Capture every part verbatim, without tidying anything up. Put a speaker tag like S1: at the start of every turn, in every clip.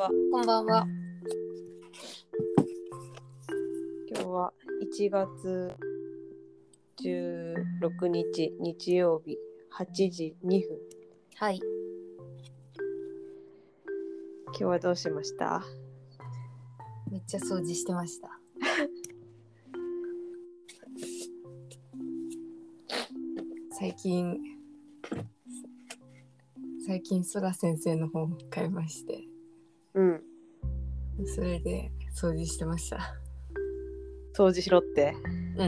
S1: は。
S2: こんばんは。
S1: 今日はいちがつじゅうろくにち日曜日はちじにふん。
S2: はい。
S1: 今日はどうしました？
S2: めっちゃ掃除してました。最近最近そら先生の本を買いまして、
S1: うん。
S2: それで掃除してました。
S1: 掃除しろって。
S2: うん。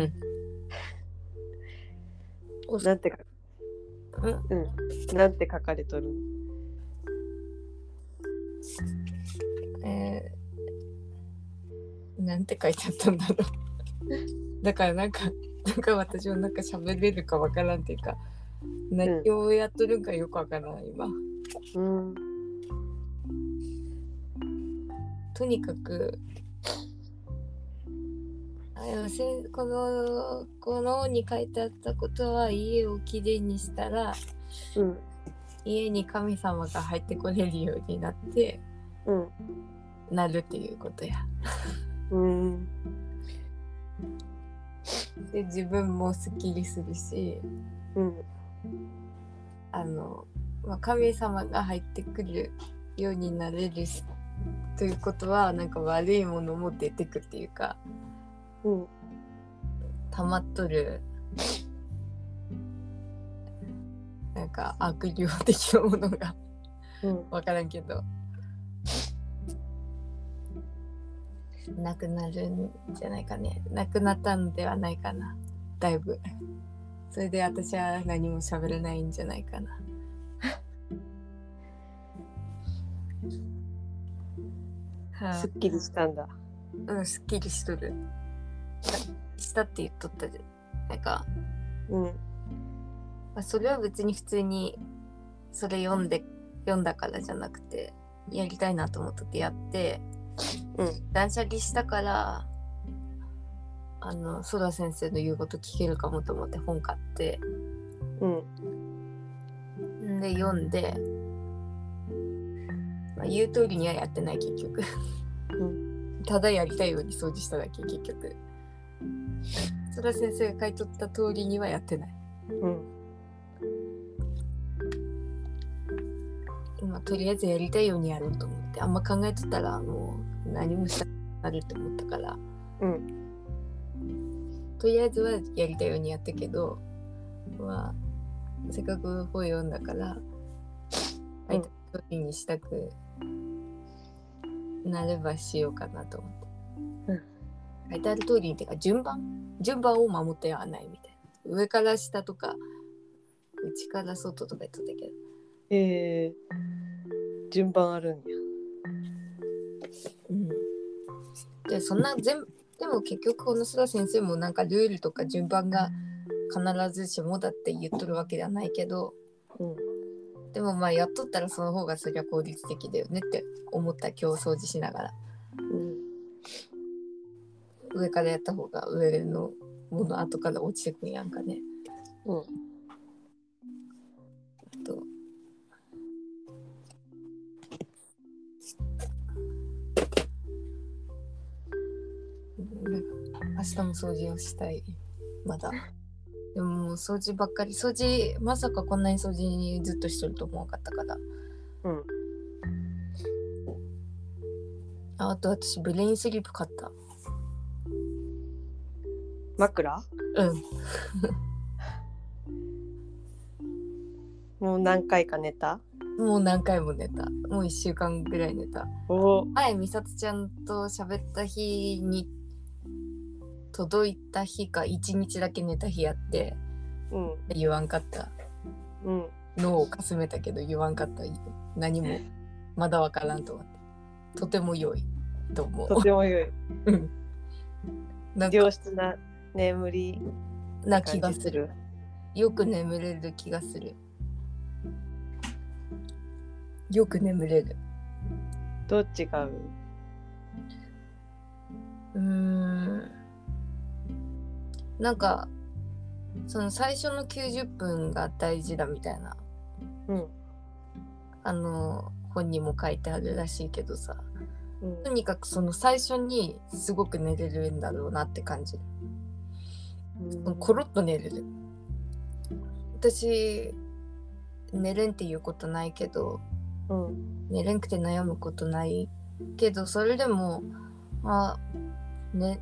S1: なんてか、
S2: うん。
S1: うん。なんて書かれとる？
S2: えー、なんて書いてあったんだろう。だからなんかなんか私もなんか喋れるかわからんっていうか、何をやっとるんかよくわからない今。
S1: うん。
S2: とにかく。このこのに書いてあったことは、家をきれいにしたら、
S1: うん、
S2: 家に神様が入ってこれるようになって、
S1: うん、
S2: なるっていうことや。
S1: うん。
S2: で自分もすっきりするし、
S1: うん、
S2: あの、まあ、神様が入ってくるようになれるということは、なんか悪いものも出てくっていうか、
S1: うん、
S2: 溜まっとるなんか悪霊的なものが、うん、分からんけどなくなるんじゃないかね。なくなったんではないかな、だいぶ。それで私は何も喋れないんじゃないかな。
S1: すっきりしたんだ。
S2: うん、すっきりしとる。したって言っとったじゃん。なんか、
S1: うん。
S2: まあ、それは別に普通にそれ読んで読んだからじゃなくて、やりたいなと思ってやって、うん、断捨離したから、あのソラ先生の言うこと聞けるかもと思って本買って、
S1: うん、
S2: で読んで、まあ、言う通りにはやってない結局、うん、ただやりたいように掃除しただけ。結局ソラ先生が書いとった通りにはやってない。うん、今とりあえずやりたいようにやろうと思って、あんま考えとったらもう何もしたくなると思ったから、うん、とりあえずはやりたいようにやったけど、まあせっかく本読んだから書いた通りにしたくなればしようかなと思って、うん、書いてある通りにっていうか順番順番を守ってはないみたいな。上から下とか内から外とか言っとったけど、
S1: えー、順番あるんや。
S2: うん。でそんな全でも結局この須田先生もなんかルールとか順番が必ずしもだって言っとるわけではないけど、うん、でもまあやっとったらその方がそりゃ効率的だよねって思った、今日掃除しながら。うん、上からやった方が上のもの後から落ちてくんやんかね。うん。と明日も掃除をしたい。まだでももう掃除ばっかり。掃除まさかこんなに掃除にずっとしてると思わなかったから。うん。あ, あと私ブレインスリープ買った。
S1: 枕？
S2: うん
S1: もう何回か寝た？
S2: もう何回も寝た。もういっしゅうかんぐらい寝た。お前美里ちゃんと喋った日に届いた日かいちにちだけ寝た日やって、うん、言わんかった、うん、脳をかすめたけど言わんかった。何もまだわからんと思って。とても良いと思う。
S1: とても良い。
S2: うんなんか
S1: 良質な眠り
S2: な気がする。よく眠れる気がする。よく眠れる。
S1: どう違う？
S2: うーんなんかその最初のきゅうじゅっぷんが大事だみたいな、うん、あの本にも書いてあるらしいけどさ、
S1: うん、
S2: とにかくその最初にすごく寝れるんだろうなって感じる、うん、コロッと寝れる。私寝れんっていうことないけど、うん、寝れんくて悩むことないけど、それでもあね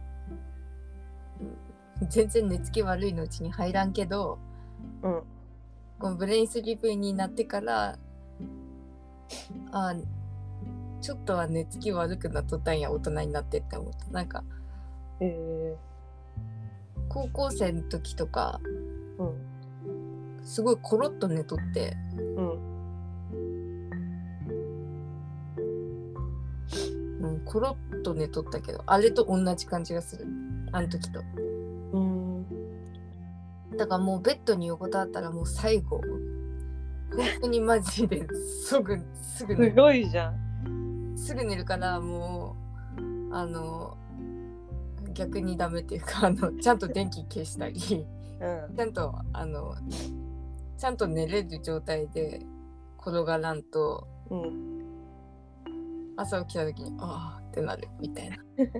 S2: 全然寝つき悪いのうちに入らんけど、うん、このブレインスリープになってからあちょっとは寝つき悪くなっとったんや大人になってって思った。なんか、えー、高校生の時とか、うん、すごいコロッと寝とって、うんうん、コロッと寝とったけど、あれと同じ感じがする、あの時と。うん、だからもうベッドに横たわったらもう最後本当にマジですぐすぐ寝る。すごいじゃん。すぐ寝るからもうあの逆にダメっていうか、あのちゃんと電気消したり、うん、ちゃんとあのちゃんと寝れる状態で転がらんと、うん、朝起きた時にあーってなるみたいな。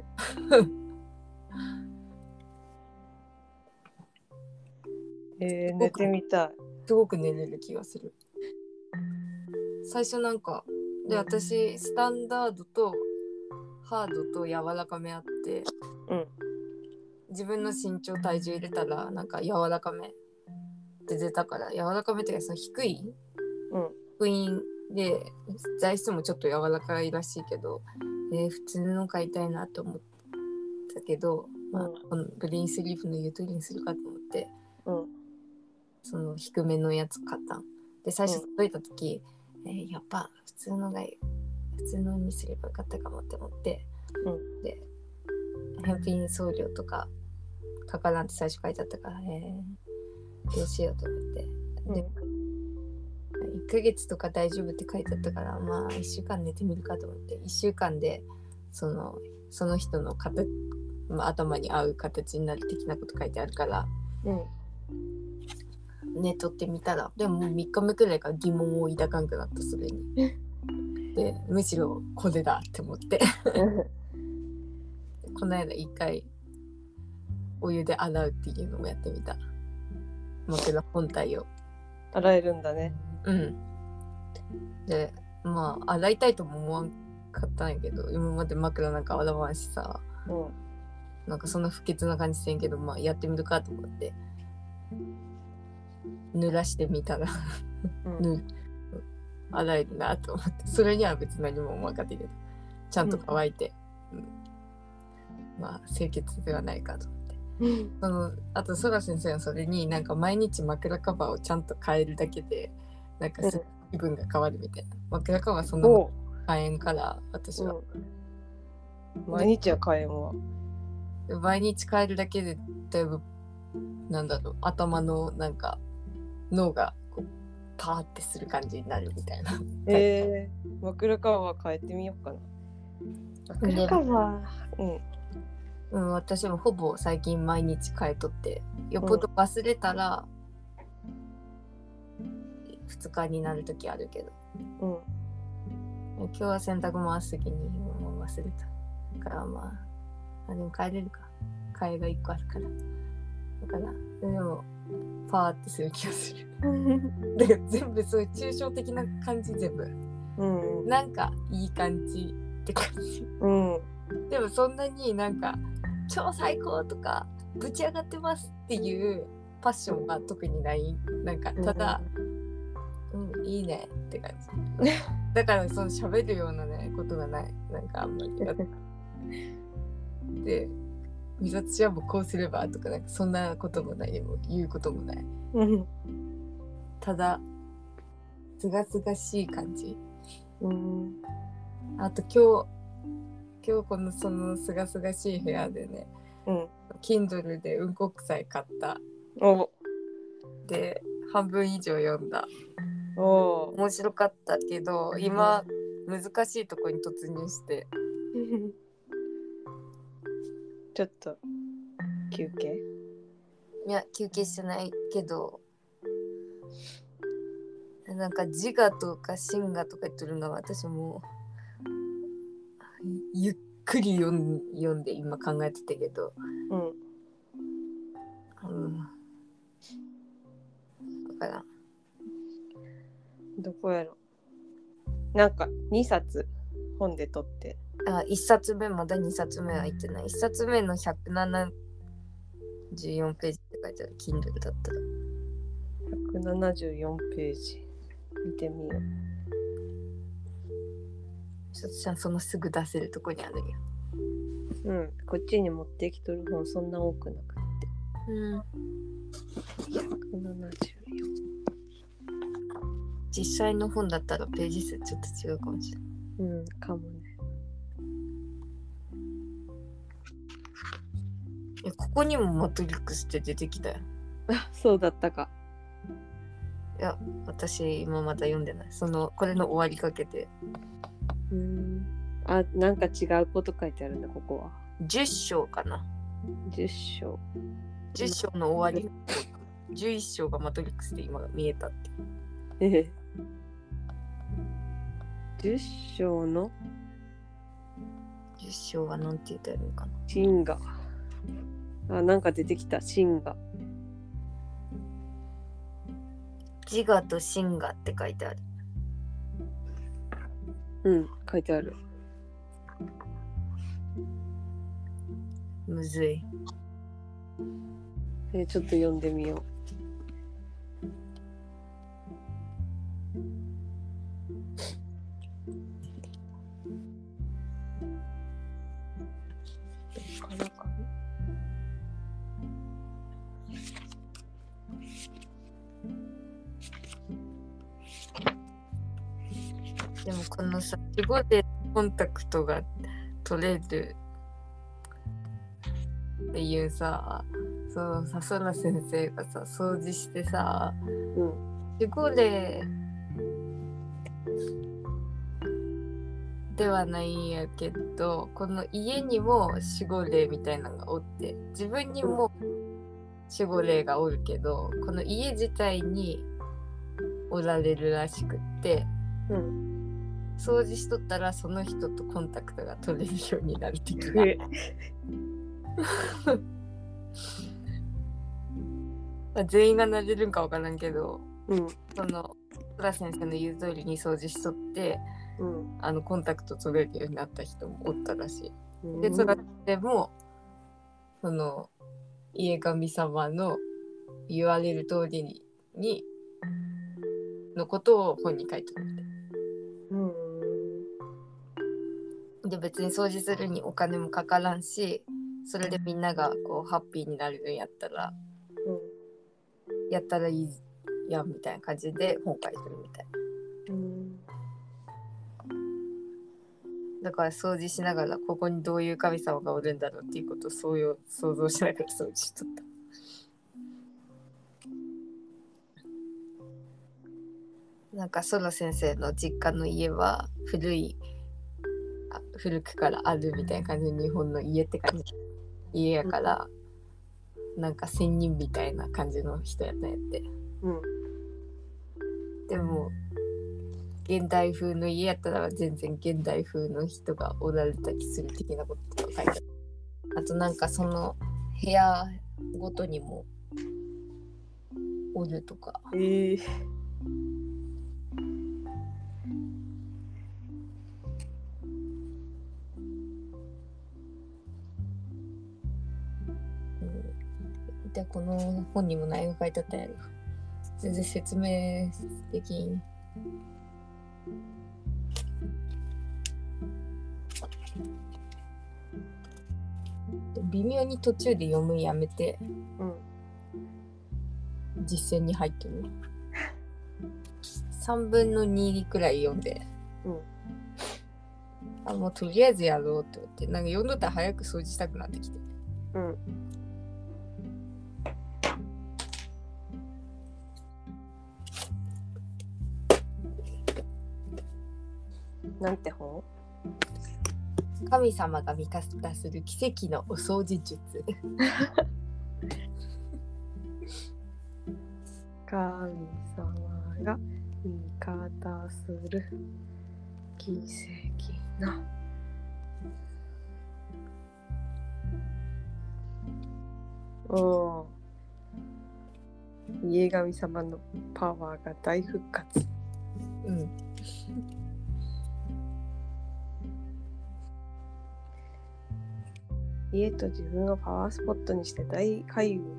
S2: えー、寝てみたい。すごく寝れる気がする。最初なんかで、私スタンダードとハードと柔らかめあって、うん、自分の身長体重入れたらなんか柔らかめって出たから、柔らかめっていうかその低い、うん、クイーンで材質もちょっと柔らかいらしいけど、えー、普通の買いたいなと思ったけど、うん、まあ、このブレインスリープの言う通りにするかと思って、うん、その低めのやつ買ったんで、最初届いた時、うん、えー、やっぱ普通のがいい、普通のにすればよかったかもって思って、うん、で返品送料とかかからんって最初書いてあったから、えー、どうしようと思って、で、うん、いっかげつとか大丈夫って書いてあったから、まあいっしゅうかん寝てみるかと思って、いっしゅうかんでそのその人の形、まあ、頭に合う形になる的なこと書いてあるから、うん、寝とってみたら、でももうみっかめくらいから疑問を抱かんくなった、それに。でむしろこれだって思ってこの間一回お湯で洗うっていうのもやってみた。枕本体を洗えるんだね。うん。でまあ洗いたいとも思わんかったんやけど、今まで枕なんか洗わんしさ、うん、なんかそんな不潔な感じせんけど、まあやってみるかと思って濡らしてみたら、うん、洗えるなと思って、それには別に何も思わんかったけど、ちゃんと乾いて、うんうん、まあ清潔ではないかと思って、うん、そのあとソラ先生はそれになんか毎日枕カバーをちゃんと変えるだけでなんか気分が変わるみたいな、うん、枕カバーそんなの変えんから私は、うん、毎日は変えんわ。毎日変えるだけでだいぶなんだろう、頭のなんか脳がこうパーってする感じになるみたいな。えー、枕カバー変えてみようかな。枕カバー、うんうん、私もほぼ最近毎日変えとって、よっぽど忘れたらふつかになるときあるけど、うん、今日は洗濯回すときにもう忘れたから、まあ、あでも変えれるか、替えがいっこあるから、だからでもパーってする気がするだから全部そういう抽象的な感じ、全部、うん、なんかいい感じって感じ、うん、でもそんなになんか超最高とかぶち上がってますっていうパッションは特にない。なんかただ、うん、うん、いいねって感じだからその喋るようなねことがない、なんかあんまりでみさつちゃんもこうすればとかなんかそんなこともない、でも言うこともない、ただすがすがしい感じ、うん、あと今日今日このそのすがすがしい部屋でね、うん、Kindle でうんこくさい買った。おで半分以上読んだ。お面白かったけど今難しいとこに突入してちょっと休憩？いや休憩してないけど、 なんか自我とか真我とか言ってるのは私もゆっくり読ん読んで今考えてたけど、
S1: うん、
S2: うん、だから
S1: どこやろ。なんかにさつ本で取って、
S2: あいっさつめまだにさつめは入ってない。いっさつめのひゃくななじゅうよんページって書いてある Kindle だったら
S1: ひゃくななじゅうよんページ見てみよう。
S2: ちょっとちゃんそのすぐ出せるとこにあるよ。
S1: うん、こっちに持ってきとる本そんな多くなくって、
S2: うん、
S1: ひゃくななじゅうよん。
S2: 実際の本だったらページ数ちょっと違うかもしれない。
S1: うん、かもね。
S2: いやここにもマトリックスって出てきたよ。
S1: あ、そうだったか。
S2: いや私今まだ読んでない。そのこれの終わりかけて。
S1: うん。あ、なんか違うこと書いてあるんだ、ここは。
S2: じゅっ章かな。
S1: じゅっ章。
S2: じゅっ章の終わり。じゅういっ章がマトリックスで今見えたって。
S1: ええ。じゅっ章の
S2: じゅっ章はなんて言ったらいいのかな。
S1: 真我。あ、なんか出てきた、真我。
S2: 自我と真我って書いてある。
S1: うん、書いてある。
S2: むずい。
S1: えー、ちょっと読んでみよう。どっからかな。
S2: でもこのさ、守護霊コンタクトが取れるっていうさ、そうさ、そら先生がさ、掃除してさ、
S1: うん、
S2: 守護霊ではないんやけど、この家にも守護霊みたいなのがおって、自分にも守護霊がおるけど、この家自体におられるらしくって、
S1: うん、
S2: 掃除しとったらその人とコンタクトが取れるようになる的な。まあ全員がなれるんかわからんけど、
S1: うん、
S2: その浦先生の言う通りに掃除しとって、
S1: うん、
S2: あのコンタクト取れるようになった人もおったらしい。
S1: うん、
S2: でそれでもその家神様の言われる通りににのことを本に書いてるみたい。
S1: うん、
S2: で別に掃除するにお金もかからんし、それでみんながこうハッピーになるんやったら、
S1: うん、
S2: やったらいいやんみたいな感じで本書いてるみたい。
S1: うん、
S2: だから掃除しながらここにどういう神様がおるんだろうっていうことをそういう想像しながら掃除しとった。なんかソロ先生の実家の家は古い古くからあるみたいな感じの日本の家って感じ家やから、うん、なんか仙人みたいな感じの人やったんやって、
S1: うん、
S2: でも現代風の家やったら全然現代風の人がおられたりする的なことが書いてある。あとなんかその部屋ごとにもおるとか。
S1: えー
S2: でこの本にも内容書いてあったやろ。全然説明できん。微妙に途中で読むんやめて、
S1: うん、
S2: 実践に入ってる。さんぶんのにくらい読んで、
S1: うん、
S2: あもうとりあえずやろうって思って、なんか読んどったら早く掃除したくなってきて。
S1: うん。なんて本？
S2: 神様が味方する奇跡のお掃除術。
S1: 神様が味方する奇跡のおー、家神様のパワーが大復活。
S2: うん。
S1: 家と自分をパワースポットにして大開運。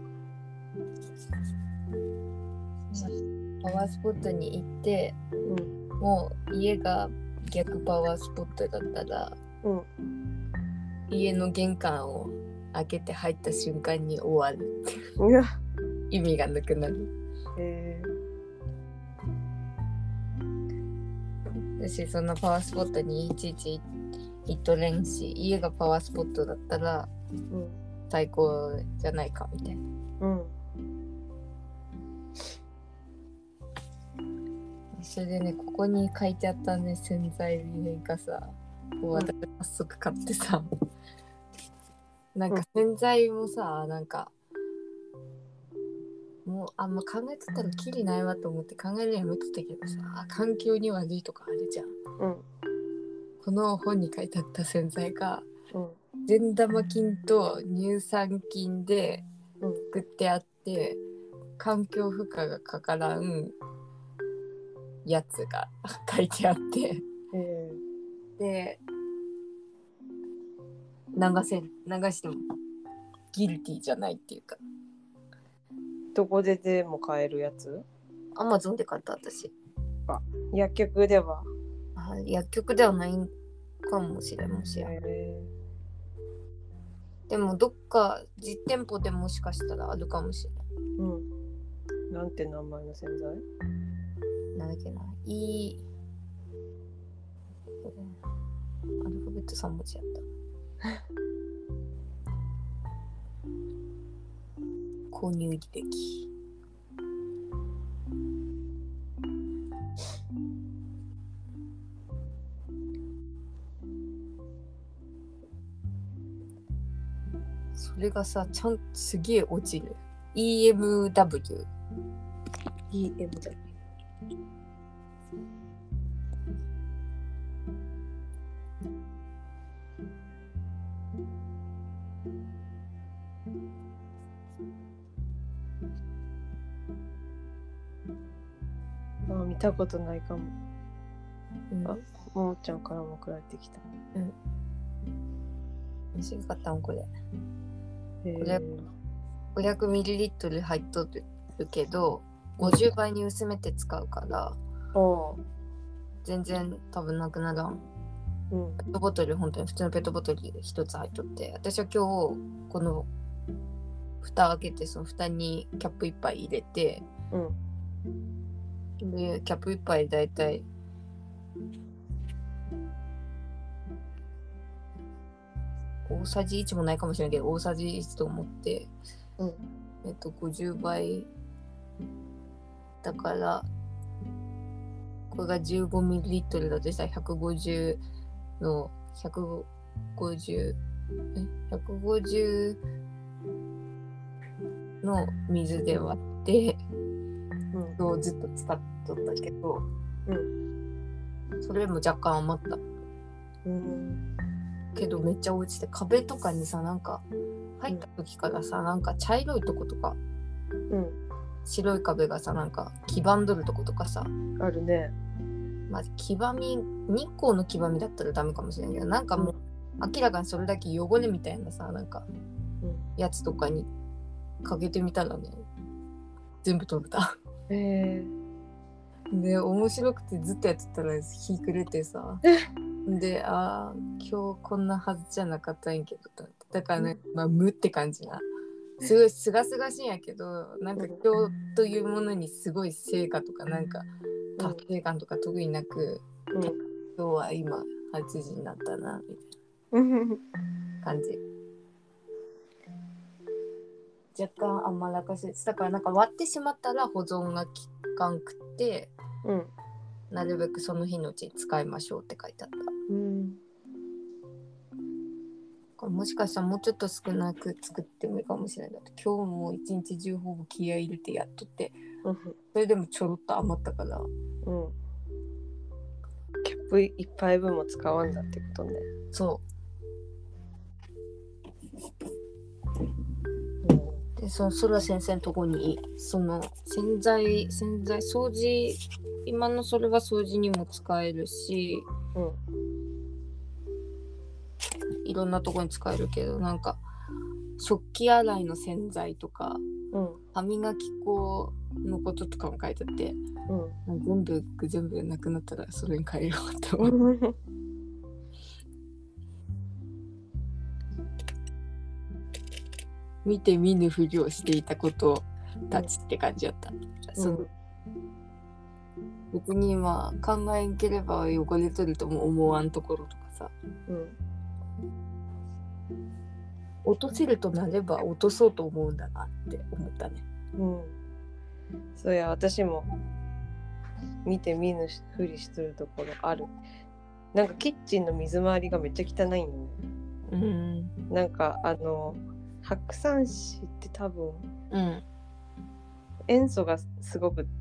S2: パワースポットに行って、
S1: うん、
S2: もう家が逆パワースポットだったら、
S1: うん、
S2: 家の玄関を開けて入った瞬間に終わるって
S1: うわ、
S2: 意味がなくなる。
S1: え
S2: ー、私そんなパワースポットにいちいち行っとれんし、家がパワースポットだったら最高じゃないかみたいな。
S1: うん、うん、
S2: それでね、ここに書いてあったね、洗剤がさ、私早速買ってさ、なんか洗剤もさ、なんかもうあんま考えてたらキリないわと思って考えるのやめとったけどさ、環境に悪いとかあるじゃん。
S1: うん、
S2: この本に書いてあった洗剤が、
S1: うん、
S2: 善玉菌と乳酸菌で作ってあって、環境負荷がかからんやつが書いてあって、
S1: え
S2: ー、で流せ流してもギルティじゃないっていうか。
S1: どこででも買えるやつ？
S2: アマゾンで買った私。
S1: あ、薬局では？
S2: あ、薬局ではないかもしれんもしれん。
S1: え
S2: ー、でもどっか実店舗でもしかしたらあるかもしれ
S1: ん。うん。なんて名前の洗剤？
S2: なんだっけな。いい。アルファベットさん文字やった。購入履歴。それがさ、ちゃんとすげえ落ちる。イーエムダブリュー。
S1: イーエムダブリュー。あ、見たことないかも。うん、あ、ももちゃんからも送られてきた。
S2: うん。美味しかったんこれ。こ
S1: れ
S2: ごひゃくミリリットル 入っとるけど、ごじゅうばいに薄めて使うから、
S1: うん、
S2: 全然多分なくならん。うん、ペットボトル、本当に普通のペットボトル一つ入っとって、私は今日この蓋開けて、その蓋にキャップ一杯入れて、うん、でキャップ一杯だいたい大さじいちもないかもしれないけど、大さじいちと思って、うん、えっとごじゅうばいだから、これが じゅうごミリリットル だとしたらひゃくごじゅうのひゃくごじゅうえひゃくごじゅうの水で割って、うん、をずっと使っとったけど、うん、それも若干余った、うん、けどめっちゃ落ちて、壁とかにさ、なんか入った時からさ、うん、なんか茶色いとことか、うん、白い壁がさ、なんか黄ばんどるとことかさ
S1: あるね。
S2: まあ、黄ばみ、日光の黄ばみだったらダメかもしれないけど、なんかもう、うん、明らかにそれだけ汚れみたいなさ、なんか、うん、やつとかにかけてみたらね、全部取れた。へー。で、面白くてずっとやってたら日暮れてさ、で、あー、今日こんなはずじゃなかったんやけど、だからね、まあ、無って感じな。すごいすがすがしいんやけど、なんか今日というものにすごい成果とかなんか達成感とか特になく、うん、今日は今はちじになったなみたいな感じ。若干甘らかしい。だからなんか割ってしまったら保存が効かんくって、うん、なるべくその日のうちに使いましょうって書いてあった。うん、もしかしたらもうちょっと少なく作ってもいいかもしれない。だって今日も一日中ほぼ気合い入れてやっとって、 それでもちょろっと余ったから、うん、
S1: キャップ一杯分も使わんだってことね。
S2: そう、うん、でそのそら先生のとこにその洗剤洗剤掃除、今のそれは掃除にも使えるし、うん、いろんなとこに使えるけど、なんか食器洗いの洗剤とか、うん、歯磨き粉のこととかも書いてあって、うん、全部全部なくなったらそれに変えようって思う見て見ぬふりをしていたことたちって感じだった、うん、その別にまあ考えんければ汚れとるとも思わんところとかさ、うん、落とせるとなれば落とそうと思うんだなって思ったね。
S1: うん。そうや、私も見て見ぬふりしとるところある。なんかキッチンの水回りがめっちゃ汚いんよね。うん。なんかあの白山市って多分、うん、塩素がすごくって、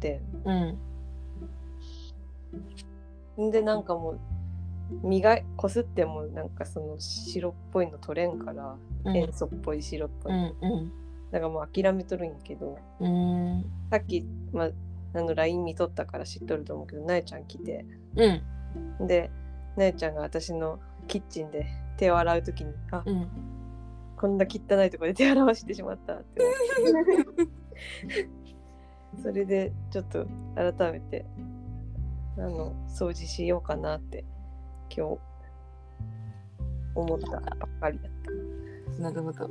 S1: うん。でなんかもう磨こすってもなんかその白っぽいの取れんから、うん、塩素っぽい白っぽい、うんうん、だからもう諦めとるんやけど、うん、さっき、まあ、あの ライン 見とったから知っとると思うけど、なえちゃん来て、うん、でなえちゃんが私のキッチンで手を洗うときに、あ、うん、こんな汚いところで手洗わしてしまったってそれでちょっと改めてあの掃除しようかなって今日思ったばっかりだった。
S2: なるほど、うん、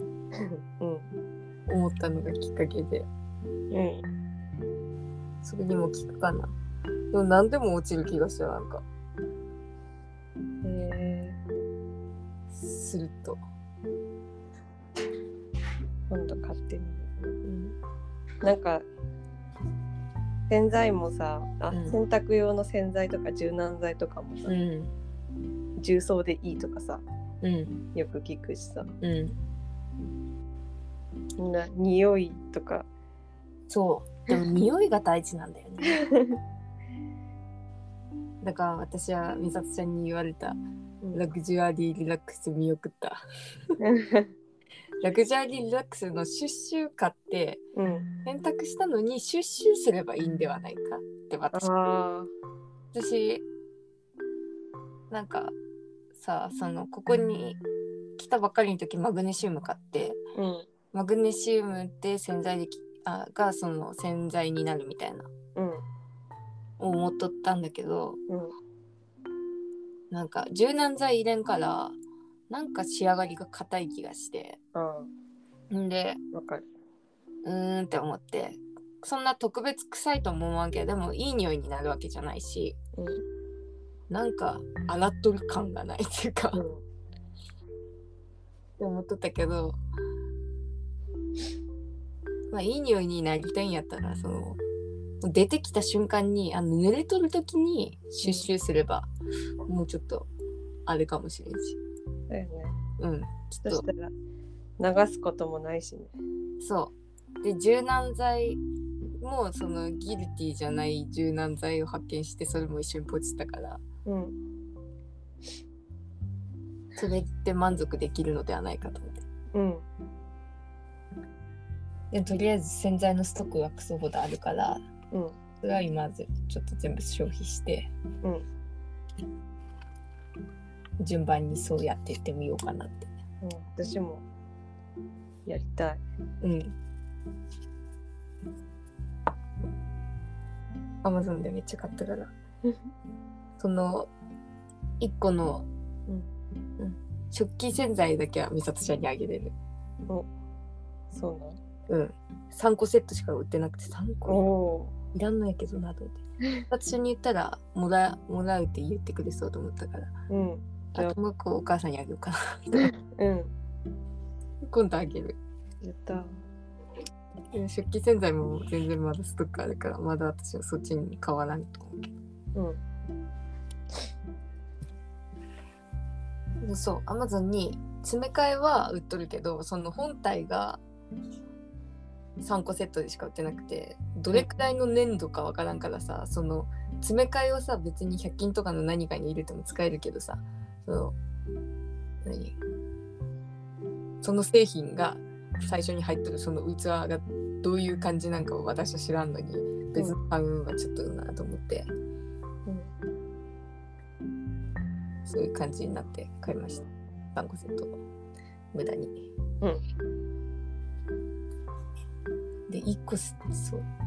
S2: 思ったのがきっかけで、うん、それにも効くかな。でも何でも落ちる気がした。なんかへー、すると
S1: 今度買ってみる、うん、なんか洗剤もさ、あ、うん、洗濯用の洗剤とか柔軟剤とかもさ、うん、重曹でいいとかさ、うん、よく聞くしさ、うん、な匂いとか。
S2: そうでも匂いが大事なんだよねだから私は美里ちゃんに言われた、うん、ラグジュアリーリラックス見送ったラグジュアリーリラックスのシュッシュ買って、うん、洗濯したのにシュッシュすればいいんではないかって私あ私なんかさ、そのここに来たばっかりの時マグネシウム買って、うん、マグネシウムって洗剤できあがその洗剤になるみたいな、うん、思っとったんだけど、うん、なんか柔軟剤入れんからなんか仕上がりが硬い気がして、うん、んでわかるうーんって思って、そんな特別臭いと思わんけど、でもいい匂いになるわけじゃないし、うん、なんか洗っとる感がないっていうか、うん、って思っとったけど、まあいい匂いになりたいんやったら、その出てきた瞬間にあの濡れとる時にシュッシュすれば、うん、もうちょっとあれかもしれんし。
S1: だよね。うん。そしたら流すこともないしね。
S2: そう。で柔軟剤もそのギルティじゃない柔軟剤を発見して、それも一緒にポチったから。うん。それって満足できるのではないかと思って。うん。でとりあえず洗剤のストックがクソほどあるから、うん、それは今ちょっと全部消費して、うん、順番にそうやっていってみようかなって、
S1: うん、私もやりたい。うん。
S2: Amazon でめっちゃ買ったからそのいっこの、うんうん、食器洗剤だけは美里ちゃんにあげれる。
S1: お、そうなの？
S2: うん、さんこセットしか売ってなくてさんこいらんのやけどなと思って私に言ったらもらもらうって言ってくれそうと思ったから、うん、あともう一個お母さんにあげようかなうん、今度あげる。
S1: やった。
S2: 食器洗剤も全然まだストックあるからまだ私はそっちに買わないと思うけど、うん、そう Amazon に詰め替えは売っとるけどその本体がさんこセットでしか売ってなくて、どれくらいの粘度かわからんからさ、その詰め替えをさ別にひゃく均とかの何かに入れても使えるけどさ、その何その製品が最初に入ってるその器がどういう感じなんかを私は知らんのに別の買うのがちょっとなと思って、うん、そういう感じになって買いました。さんこセット無駄に、うん、でいっこそう、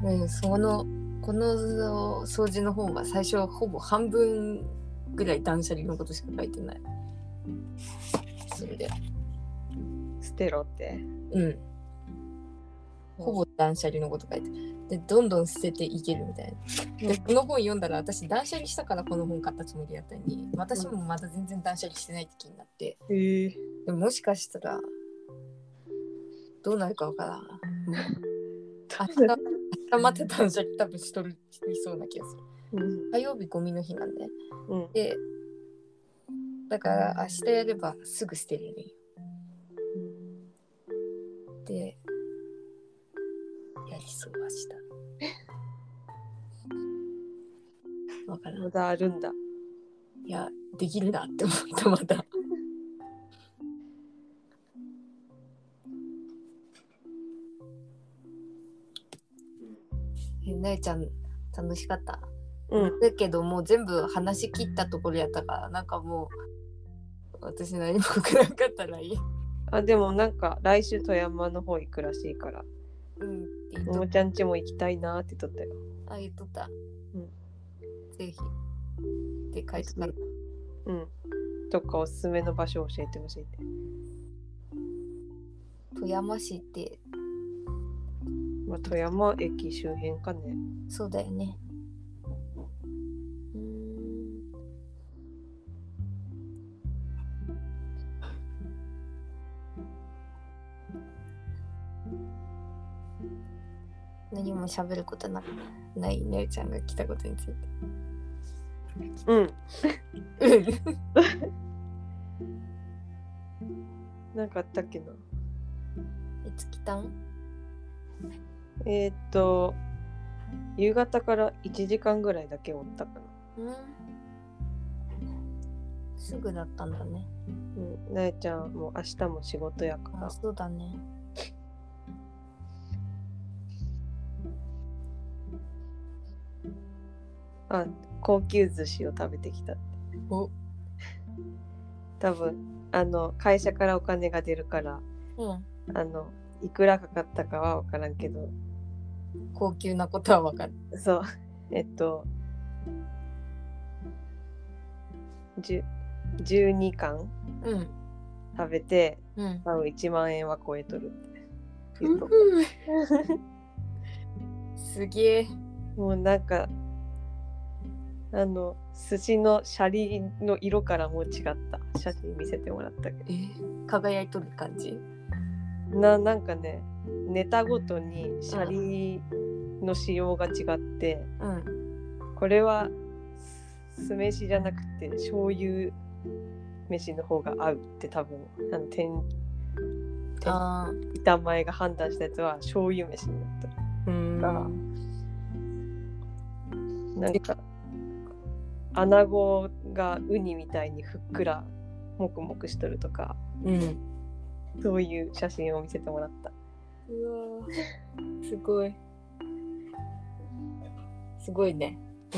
S2: ね、そのこの掃除の方は最初はほぼ半分ぐらい断捨離のことしか書いてない。それで
S1: 捨てろって、
S2: うんほぼ断捨離のこと書いてでどんどん捨てていけるみたいな。でこの本読んだら私断捨離したからこの本買ったつもりだったのに私もまだ全然断捨離してないって気になって、うん、でももしかしたらどうなるかわからん。明日明日また断捨離多分しとるしそうな気がする、うん、火曜日ゴミの日なんで、うん、でだから明日やればすぐ捨てれるよ、うん、でやりそうはした。わからん。
S1: まだあるんだ。
S2: いや、できるなって思ったまだ。え、なえちゃん楽しかった。うん。だけどもう全部話し切ったところやったからなんかもう私何も書かなかったらいい。
S1: あでもなんか来週富山の方行くらしいから。うん。ももちゃん家も行きたいなって言っとったよ。
S2: あ、言っとった。うん。ぜひ。って書いてた。
S1: うん。どっかおすすめの場所教えてほしいって。
S2: 富山市って、
S1: まあ、富山駅周辺かね。
S2: そうだよね。うーん。何も喋ることなないねるちゃんが来たことについて。
S1: うんなんかあったっけな。い
S2: つ来たん？
S1: えー、っと夕方からいちじかんぐらいだけおったかな。うん、
S2: すぐだったんだね。
S1: うん、なえちゃんもう明日も仕事やから。
S2: あ、そうだね。
S1: あ、高級寿司を食べてきたって。お多分あの会社からお金が出るから、うん、あのいくらかかったかは分からんけど
S2: 高級なことは分かる。
S1: そうえっとじゅうにかん、うん、食べて、うん、多分いちまんえんは超えとるって言っとった。
S2: すげえ。
S1: もうなんかあの寿司のシャリの色からもう違った写真見せてもらったけど、え
S2: ー、輝いとる感じ
S1: な。なんかねネタごとにシャリの仕様が違って、うん、これは酢飯じゃなくて醤油飯の方が合うって多分あの天あ板前が判断したやつは醤油飯になった。うんなんか穴子がウニみたいにふっくらもくもくしとるとか、うん、そういう写真を見せてもらった。
S2: うわすごいすごいね。うん。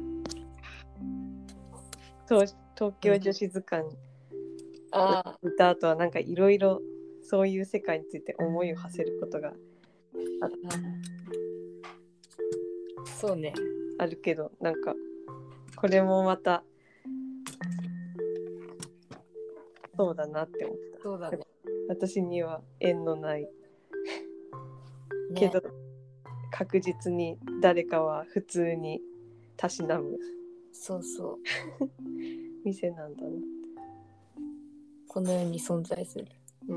S1: 東京女子図鑑を見た後はなんかいろいろそういう世界について思いを馳せることがあった。
S2: そうね。
S1: あるけどなんかこれもまたそうだなって思った。
S2: そうだね。
S1: 私には縁のない、ね、けど確実に誰かは普通にたしなむ
S2: そうそう
S1: 店なんだなって。
S2: この世に存在する。うん。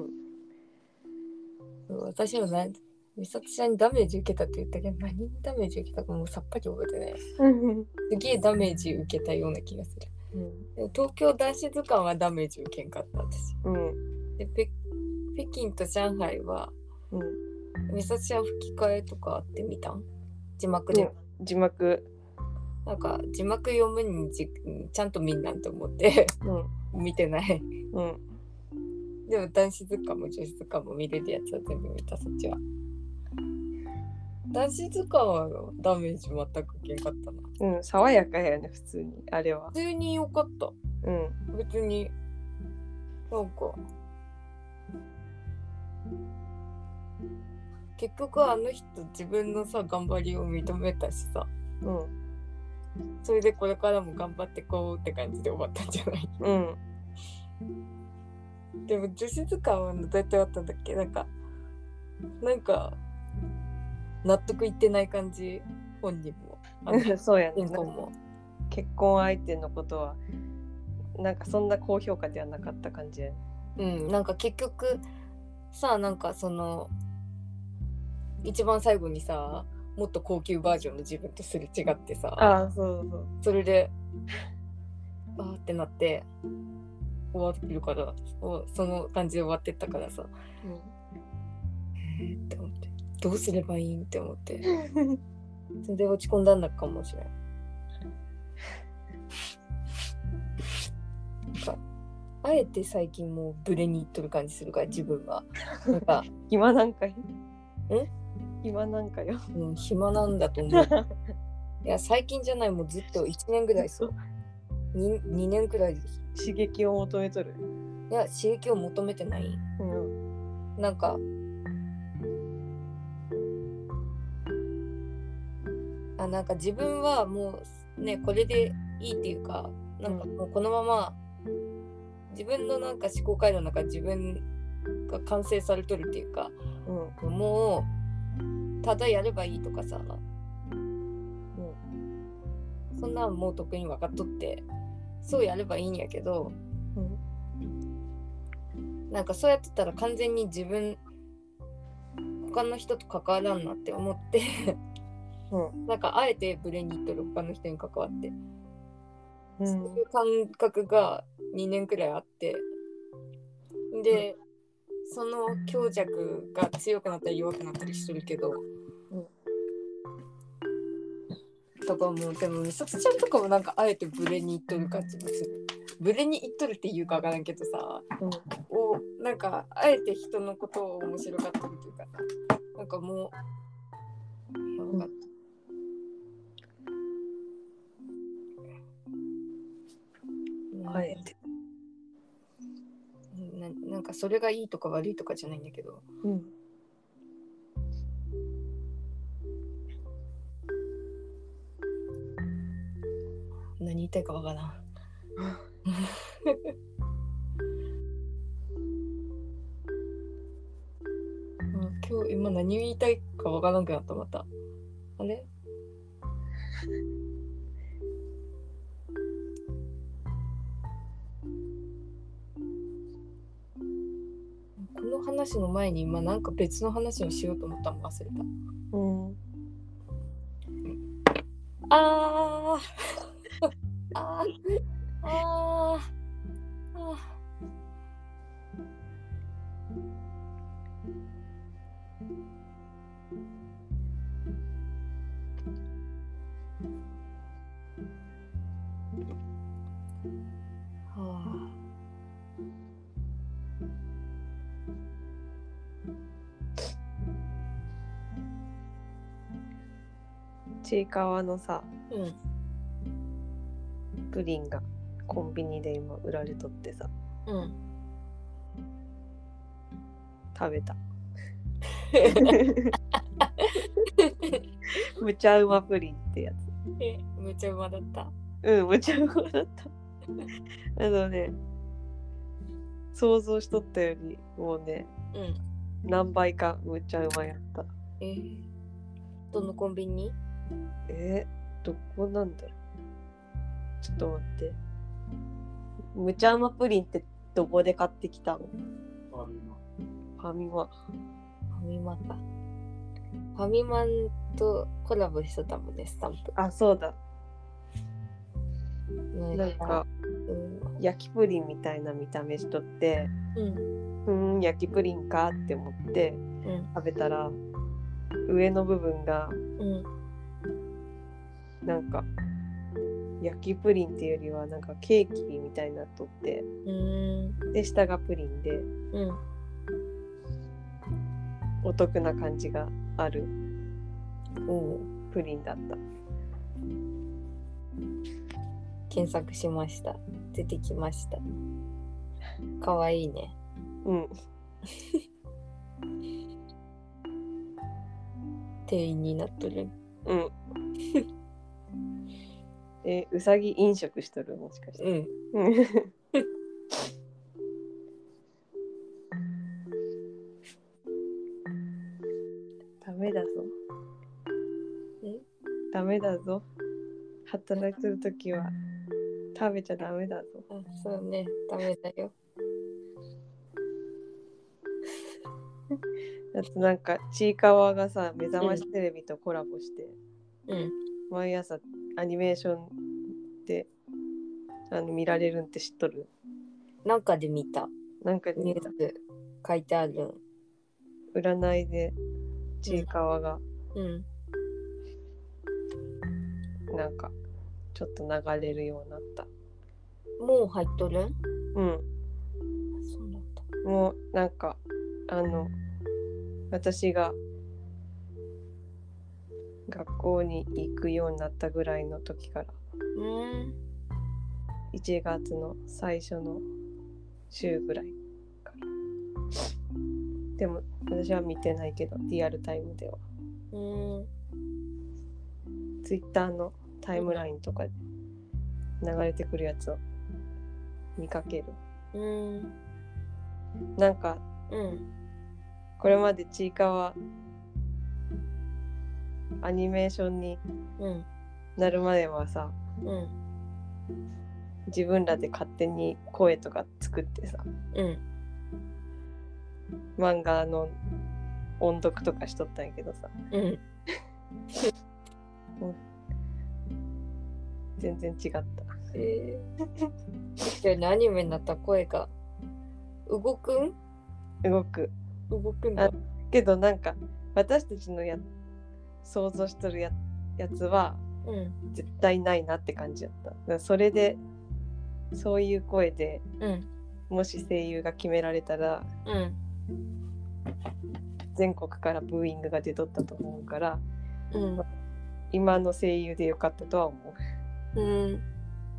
S2: 私もね美里ちゃんにダメージ受けたって言ったけど何にダメージ受けたかもうさっぱり覚えてないすげえダメージ受けたような気がする、うん、でも東京男子図鑑はダメージ受けんかった私、うん、で北京と上海は、うん、 みさちゃん吹き替えとかあってみたん？字幕で、
S1: うん、字幕
S2: なんか字幕読むにじちゃんと見んなんと思って、うん、見てない、うん、でも男子図鑑も女子図鑑も見れるやつは全部見た。そっちは男子図鑑はダメージ全く受けんかったな。
S1: うん、爽やかやね普通に。あれは
S2: 普通に良かった。うん、別になんか結局あの人自分のさ頑張りを認めたしさ、うん、それでこれからも頑張ってこうって感じで終わったんじゃない？うん。でも女子図鑑はどうやって終わったんだっけ？なんかなんか納得いってない感じ、本人も。
S1: そうやね。も結婚相手のことはなんかそんな高評価ではなかった感じ。
S2: うん、なんか結局さ、なんかその一番最後にさ、もっと高級バージョンの自分とすれ違ってさ、
S1: あ、そうそう、
S2: それであーってなって終わってるから、その感じで終わってったからさ、うん、えーって思って、どうすればいいんって思ってそれで落ち込んだんだかもしれない。あえて最近もうブレにいっとる感じするから、自分はなんか
S1: 暇なんかいん
S2: 暇
S1: なんかよ、
S2: うん、暇なんだと思ういや最近じゃない、もうずっといちねんぐらいそう 2, にねんくらい
S1: 刺激を求めとる。
S2: いや刺激を求めてない、うん、なんかあなんか自分はもうねこれでいいっていうか、なんかもうこのまま自分のなんか思考回路の中自分が完成されとるっていうか、うん、もうただやればいいとかさ、うん、そんなんもう特に分かっとってそうやればいいんやけど、うん、なんかそうやってたら完全に自分他の人と関わらんなって思ってうん、なんかあえてブレに行っとる他の人に関わって、うん、そういう感覚がにねんくらいあって、で、うん、その強弱が強くなったり弱くなったりしてるけど、うん、とかもでもみさとちゃんとかもなんかあえてブレに行っとる感じもする。ブレに行っとるっていうかわからんけどさ、うん、おなんかあえて人のことを面白がってるっていうかさ、なんかもうなんか、あえて な, なんかそれがいいとか悪いとかじゃないんだけど、うん、何言いたいかわからん今日今何言いたいかわからなくなった。またあれこの話の前に今なんか別の話をしようと思ったの忘れた。うん。あーあーあーあー
S1: ちいかわのさ、うん、プリンがコンビニで今売られとってさ、うん、食べたむちゃうまプリンってやつ。
S2: え、むちゃうまだった。
S1: うん、むちゃうまだったあのね、想像しとったよりもうね、うん、何倍かむちゃうまやった。
S2: えー、どのコンビニ？
S1: えー、どこなんだろう。ちょっと待って。むちゃうまプリンってどこで買ってきたの？ファミマ。ファミマ。
S2: ファミマか。ファミマとコラボしとったもんね、スタンプ。
S1: あ、そうだ。なんか、うん、焼きプリンみたいな見た目しとって、うん、うん焼きプリンかって思って、うん、食べたら上の部分が、
S2: うん、
S1: なんか焼きプリンっていうよりはなんかケーキみたいになっとって、
S2: うん、
S1: で下がプリンで、
S2: うん、
S1: お得な感じがある
S2: お
S1: プリンだった。
S2: 検索しました。出てきました。かわいいね。
S1: うん。
S2: 店員になっとる。
S1: うん。え、うさぎ飲食しとるもしかして。
S2: うん。
S1: ダメだぞ。
S2: え？
S1: ダメだぞ。働いてるときは食べちゃダメだぞ。
S2: あ、そうね、ダメだよ。
S1: あとなんかちいかわがさ、目覚ましテレビとコラボして、
S2: うん、
S1: 毎朝アニメーションであの見られるんって知っとる？
S2: なんかで見た。
S1: なんかで見た。
S2: ニュース書いてある。
S1: 占いでちいかわが、
S2: うん、
S1: なんかちょっと流れるようになった。
S2: もう入っとる？
S1: うん。
S2: そうなんだ。
S1: もうなんかあの私が学校に行くようになったぐらいの時から、
S2: うん、
S1: いちがつの最初の週ぐらいから。でも私は見てないけど、リアルタイムでは。
S2: うん、
S1: ツイッターのタイムラインとかで流れてくるやつを見かける。
S2: うん、
S1: なんか、
S2: うん、
S1: これまでちいかわアニメーションになるまではさ、
S2: うん、
S1: 自分らで勝手に声とか作ってさ、
S2: うん、
S1: 漫画の音読とかしとったんやけどさ、
S2: うん。
S1: もう全然違った。
S2: えー、じゃあアニメになった声が動くん？
S1: 動く。
S2: 動くんだ。
S1: けどなんか私たちのや想像しとる や, やつは、うん、絶対ないなって感じやった。だからそれでそういう声で、うん、もし声優が決められたら、うん、全国からブーイングが出とったと思うから、うん、今の声優でよかったとは思う。うん。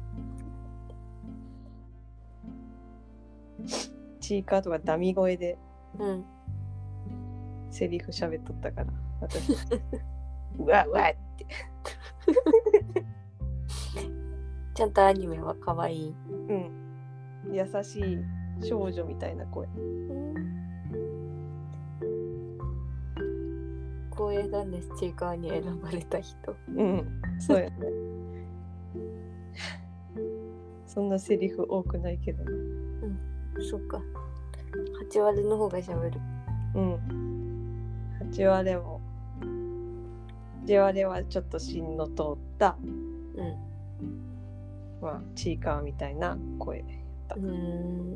S1: チーカーとかダミ声で、うん、セリフ喋っとったから私うわうわって
S2: ちゃんとアニメは可愛い。
S1: うん。優しい少女みたいな声。
S2: 光栄だね、ちいかわに選ばれた人。
S1: うん、そうやね。そんなセリフ多くないけどね。
S2: うん、そっか。はち割の方が喋る。
S1: うん。はち割も。はち割はちょっと芯の通った、うん。まあ、ちいかわみたいな声やった。うーん。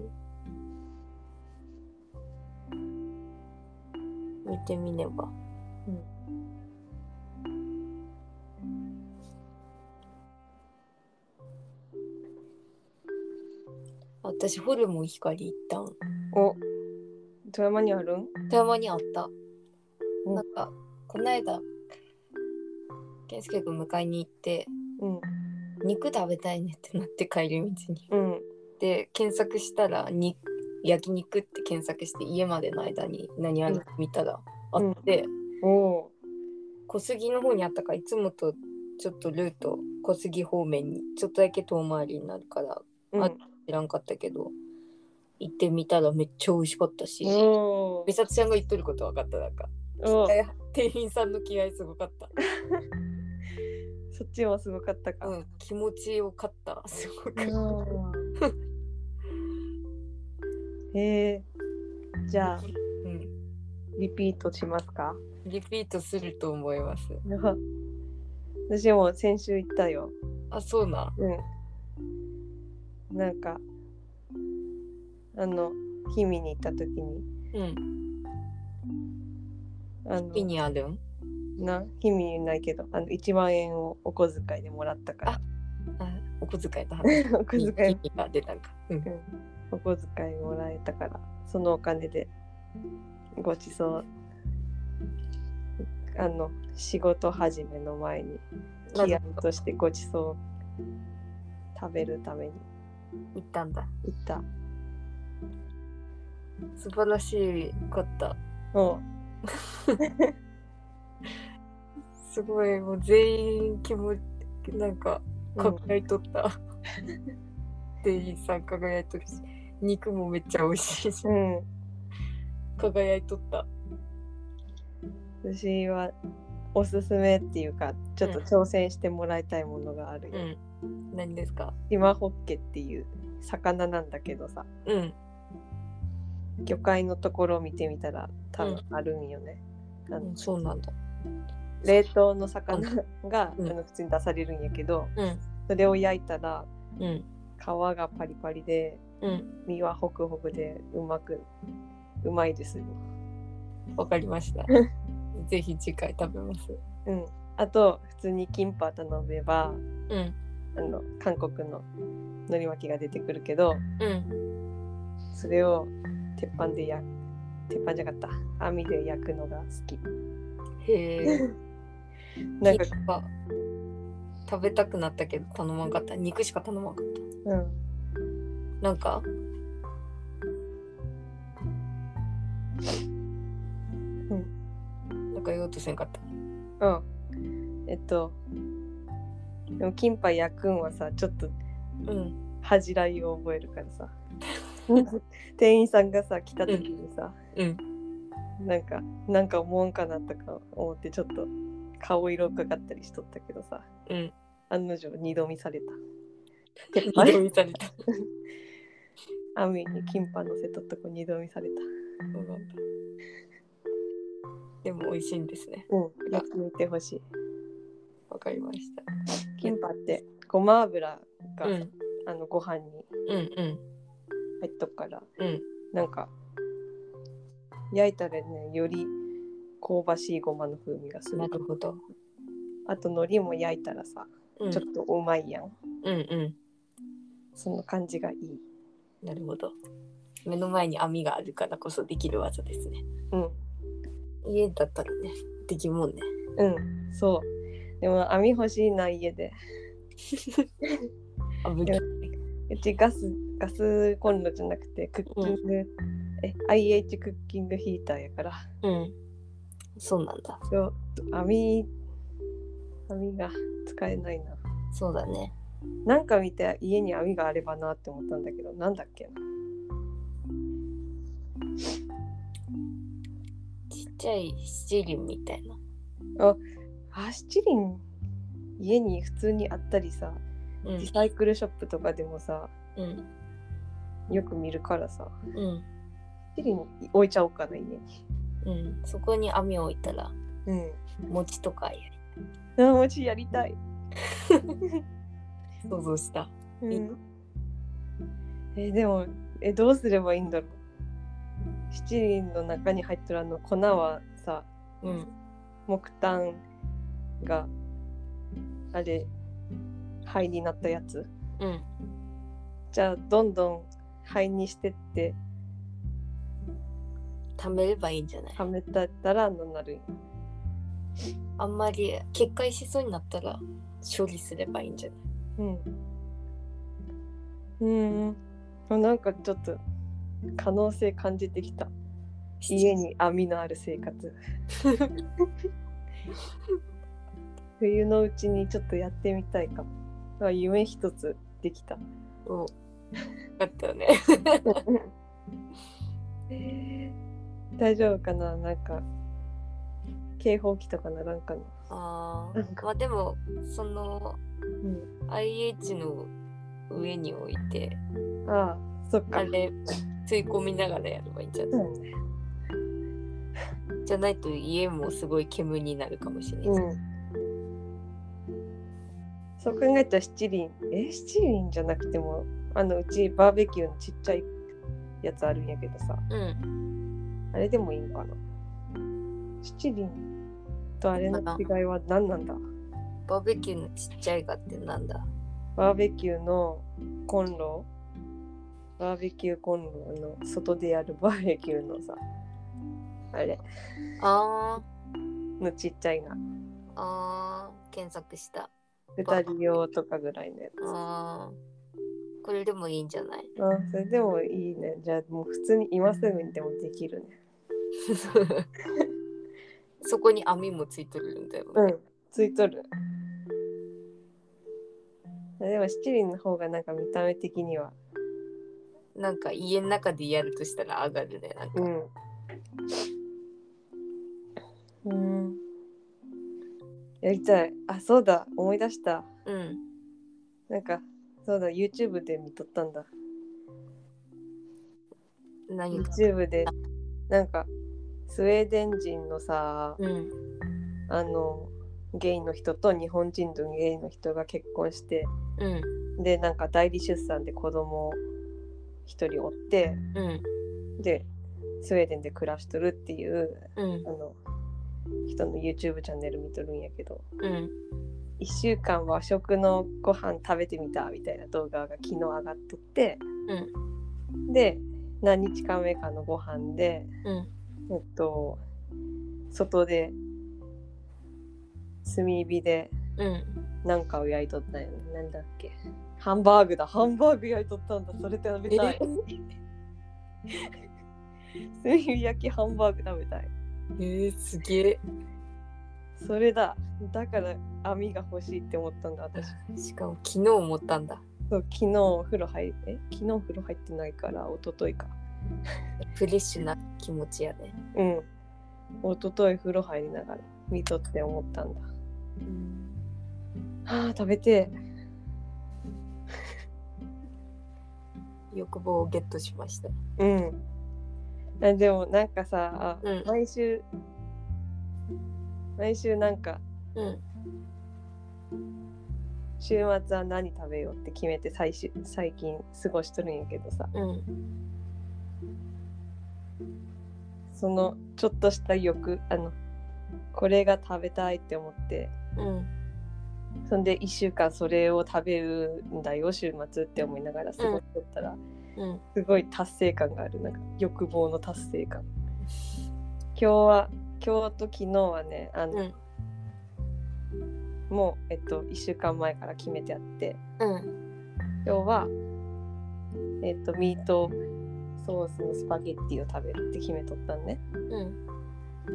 S2: 見てみねば。うん。私ホルモン光行ったん。
S1: お、富山にあるん？
S2: 富山にあった。なんかこの間健介君迎えに行って、うん、肉食べたいねってなって帰り道に、うん、で検索したらに焼肉って検索して家までの間に何あるか見たらあって、うん、お小杉の方にあったから、いつもとちょっとルート小杉方面にちょっとだけ遠回りになるから、うん、あ知らんかったけど行ってみたらめっちゃ美味しかったし、美里ちゃんが言っとること分かった。なんか店員さんの気合すごかった
S1: そっちもすごかったか。
S2: うん、気持ちよかったすごく
S1: へえー、じゃあ、うん、リピートしますか？
S2: リピートすると思います。
S1: 私も先週行ったよ。
S2: あ、そうな。
S1: うん。なんかあの氷見に行った時に、うん、 あの
S2: 日にあるん
S1: な日にないけどあのいちまんえんをお小遣いでもらったから。
S2: ああお小遣いと話
S1: お小遣い
S2: が出たんか、うんうん、
S1: お小遣いもらえたからそのお金でごちそうあの仕事始めの前に気合としてごちそうを食べるために
S2: 行ったんだ。
S1: 行った。
S2: 素晴らしかった。
S1: お
S2: すごいもう全員気持ちなんか輝いとった、うん、店員さん輝いとるし肉もめっちゃ美味しいし、うん、輝いとった。
S1: 私はおすすめっていうかちょっと挑戦してもらいたいものがあるよ、
S2: うん、何ですか？
S1: シマホッケっていう魚なんだけどさ、うん、魚介のところを見てみたら多分あるんよね、
S2: うん、そうなんだ。
S1: 冷凍の魚が、うん、あの普通に出されるんやけど、うん、それを焼いたら、うん、皮がパリパリで、うん、身はホクホクでうまくうまいですよ。
S2: わかりましたぜひ次回食べます。
S1: うん。あと普通にキンパ頼めば、うん、あの韓国の海苔巻きが出てくるけど、うん、それを鉄板で焼く鉄板じゃなかった網で焼くのが好き。
S2: へえなんか食べたくなったけど頼まんかった。肉しか頼まんかった。うん。なんかうんなんか言おうとせんかった。
S1: うんえっとでもキンパ焼くんはさちょっとうん恥じらいを覚えるからさ店員さんがさ来た時にさ、うんうん、なんかなんか思わんかなとか思ってちょっと顔色かかったりしとったけどさ、うん、案の定二度見された。
S2: 二度見された
S1: 網にキンパ乗せたとこ二度見された。そうなんだ。
S2: でも美味しいんですね。
S1: うん、やってみてほしい。
S2: わかりました。
S1: キンパってごま油が、うん、あのご飯に入っとくから、うん、なんか焼いたらねより香ばしいごまの風味がする。
S2: なるほど。
S1: あと海苔も焼いたらさ、うん、ちょっとうまいやん。うんうん。その感じがいい。
S2: なるほど。目の前に網があるからこそできる技ですね。うん。家だったらねできるもんね。
S1: うんそう。でも網欲しいな家で。あぶき。うちガスガスコンロじゃなくてクッキング、うん、え アイエイチ クッキングヒーターやから。
S2: うん。そうなんだ。
S1: そう網網が使えないな。
S2: そうだね。
S1: なんか見て家に網があればなって思ったんだけどなんだっけな。
S2: ちっちゃい七輪みたいな。
S1: あ、あ七輪家に普通にあったりさ、うん、リサイクルショップとかでもさ、うん、よく見るからさ、うん、七輪置いちゃおうかな家に。
S2: うん、そこに網を置いたら、うん、餅とかやり
S1: たい。あ、餅やりたい。
S2: 想像した。うん、
S1: えでもえどうすればいいんだろう。七輪の中に入ってるあの粉はさ、うん、木炭があれ灰になったやつ、うん、じゃあどんどん灰にしてって
S2: 貯めればいいんじゃない？
S1: 貯めたったらのなる。
S2: あんまり決壊しそうになったら処理すればいいんじゃない？
S1: うん。うん。なんかちょっと可能性感じてきた。家に網のある生活。冬のうちにちょっとやってみたいかも。夢一つできた。
S2: お、あったよね。
S1: 大丈夫かな。なんか警報器とかならんかな。
S2: ああ、まあでもその、うん、アイエイチ の上に置いて、
S1: ああ、そっか。
S2: あれ吸い込みながらやればいいんじゃない？うん、じゃないと家もすごい煙になるかもしれない、うん。
S1: そう考えたら七輪、え七輪じゃなくてもあのうちバーベキューのちっちゃいやつあるんやけどさ、うん、あれでもいいのかな。 七輪とあれの違いは何なんだ？
S2: バーベキューのちっちゃいがってなんだ？
S1: バーベキューのコンロバーベキューコンロの外でやるバーベキューのさあれ
S2: あ
S1: のちっちゃいな
S2: あー検索した
S1: ふたり用とかぐらいのやつ。
S2: あこれでもいいんじゃない？
S1: あそれでもいいね。じゃあもう普通に今すぐにでもできるね。
S2: そこに網もついてるんだよね。
S1: うんついとる。でも七輪の方がなんか見た目的には
S2: なんか家の中でやるとしたら上がるねなんか。
S1: うん。うんやりたい。あ、そうだ。思い出した。
S2: うん。
S1: なんか、そうだ。YouTube で見とったんだ。
S2: 何
S1: ?YouTube で、なんか、スウェーデン人のさ、
S2: うん、
S1: あの、ゲイの人と日本人のゲイの人が結婚して、
S2: うん、
S1: で、なんか代理出産で子供一人おって、
S2: うん、
S1: で、スウェーデンで暮らしとるっていう、
S2: うん、
S1: あの、人の YouTube チャンネル見とるんやけど、
S2: うん、
S1: いっしゅうかん和食のご飯食べてみたみたいな動画が昨日上がっとって、
S2: うん、
S1: で何日間目かのご飯で、
S2: うん、
S1: えっと外で炭火でなんかを焼いとったんよね。なんだっけハンバーグだハンバーグ焼いとったんだ。それ食べたい。炭火焼きハンバーグ食べたい。
S2: えー、すげえ。
S1: それだ。だから網が欲しいって思ったんだ私。
S2: しかも昨日思ったんだ。
S1: そう昨日お風呂入え昨日お風呂入ってないから一昨日か。
S2: フレッシュな気持ちやね。
S1: うん。一昨日風呂入りながら見とって思ったんだ。うん、はあ食べて
S2: 欲望をゲットしました。
S1: うん。あでもなんかさ、
S2: うん、
S1: 毎週毎週なんか、
S2: うん、
S1: 週末は何食べようって決めて最終最近過ごしとるんやけどさ、
S2: うん、
S1: そのちょっとした欲あのこれが食べたいって思って、
S2: うん、
S1: そんでいっしゅうかんそれを食べるんだよ週末って思いながら過ごしとったら、うん、すごい達成感がある。なんか欲望の達成感。今日は今日と昨日はねあの、うん、もう、えっと、いっしゅうかんまえから決めてあって、
S2: うん、
S1: 今日は、えっと、ミートソースのスパゲッティを食べるって決めとったんね、うん、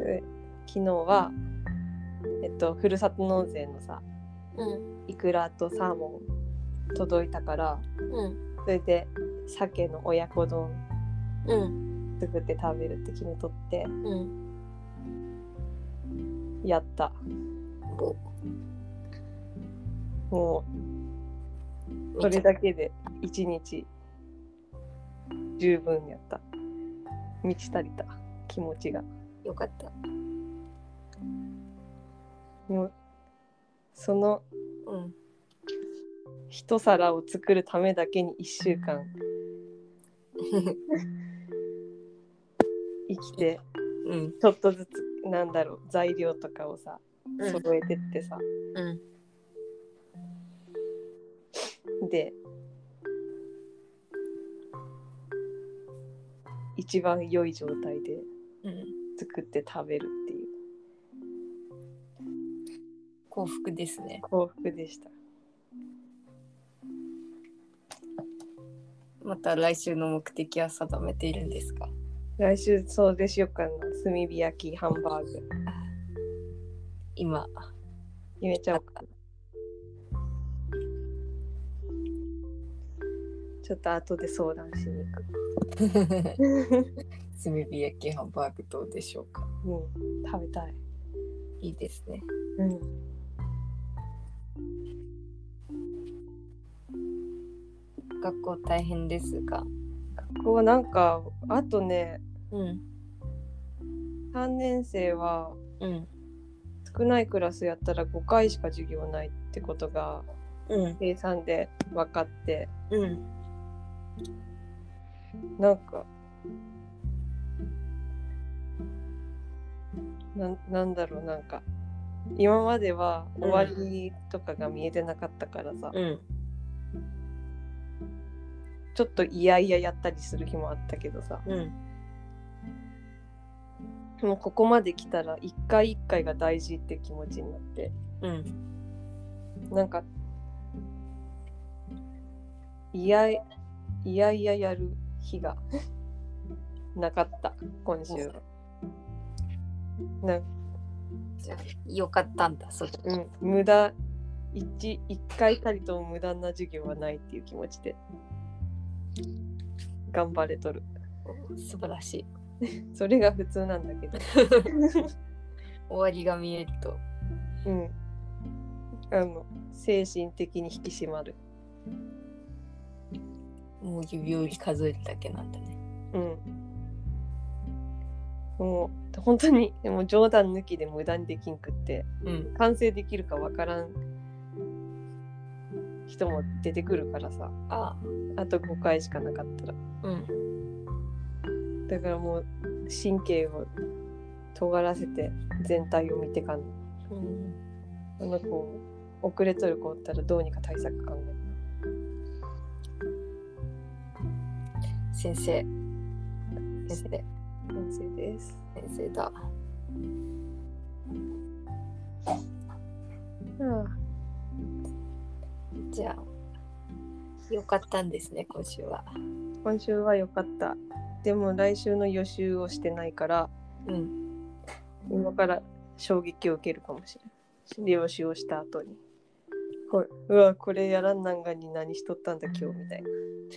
S1: で昨日は、えっと、ふるさと納税のさ、うん、イクラとサーモン届いたから、うん、それで鮭の親子丼、うん、作って食べるって決めとって、うん、やったもうそれだけで一日十分やった。満ち足りた気持ちが
S2: よかった。
S1: もうその、
S2: うん、
S1: 一皿を作るためだけにいっしゅうかん生きて、うん、ちょっとずつなんだろう材料とかをさ揃えてってさ、うんうん、で一番良い状態で作って食べるっていう、
S2: うん、幸福ですね。
S1: 幸福でした。
S2: また来週の目的は定めているんですか？
S1: 来週そうでしようかな。炭火焼きハンバーグ
S2: 今
S1: 決めちゃおうかな。ちょっと後で相談しに行く
S2: 炭火焼きハンバーグどうでしょうか？
S1: うん、食べたい。
S2: いいですね。
S1: うん。
S2: 学校大変ですか？
S1: 学校なんかあとね、
S2: うん、
S1: さんねん生は、
S2: うん、
S1: 少ないクラスやったらごかいしか授業ないってことが、うん、計算で分かって、うん、なんかな, なんだろうなんか今までは終わりとかが見えてなかったからさ、
S2: うん、
S1: ちょっといやいややったりする日もあったけどさ、
S2: うん、
S1: もうここまで来たら一回一回が大事って気持ちになって、
S2: うん、
S1: なんかいやいやいややる日がなかった今週は。なん
S2: じゃあよかったんだそれ、
S1: うん、無駄一一回たりとも無駄な授業はないっていう気持ちで頑張れとる。
S2: 素晴らしい。
S1: それが普通なんだけど
S2: 終わりが見えると、
S1: うん、あの精神的に引き締まる。
S2: もう指折り数えるだけなんだね。
S1: うん。もう本当にでも冗談抜きで無駄にできんくって、
S2: うん、
S1: 完成できるかわからん人も出てくるからさ。
S2: あ
S1: あとごかいしかなかったら、
S2: うん、
S1: だからもう神経を尖らせて全体を見てかん、うん、あの子遅れとる子おったらどうにか対策考える。
S2: 先生先生
S1: 先生です。
S2: 先生だ。
S1: うん、
S2: じゃあよかったんですね今週は。
S1: 今週は良かった。でも来週の予習をしてないから、
S2: うん、
S1: 今から衝撃を受けるかもしれない。予習をした後にこれうわこれやらんなんがに何しとったんだ今日みたいな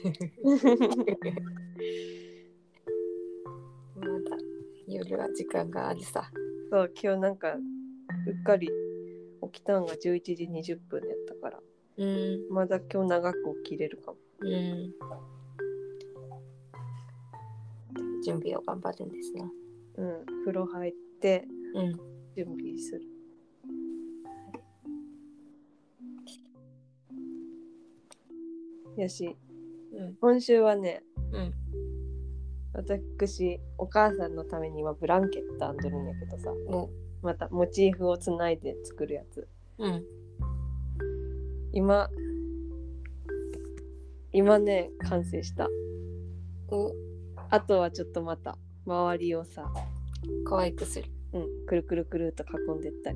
S2: まだ夜は時間があるさ。
S1: そう今日なんかうっかり起きたんがじゅういちじにじゅっぷんやったから、
S2: うん、
S1: まだ今日長く起きれるかも。
S2: うん、準備を頑張るんですな。
S1: うん、風呂入って、
S2: うん、
S1: 準備する。よし、うん、今週はね、
S2: うん、
S1: 私お母さんのために今ブランケット編んどるんやけどさ、
S2: お
S1: またモチーフをつないで作るやつ、
S2: うん、
S1: 今今ね完成した。
S2: お
S1: あとはちょっとまた周りをさ
S2: 可愛くする、
S1: うん、くるくるくるっと囲んでったり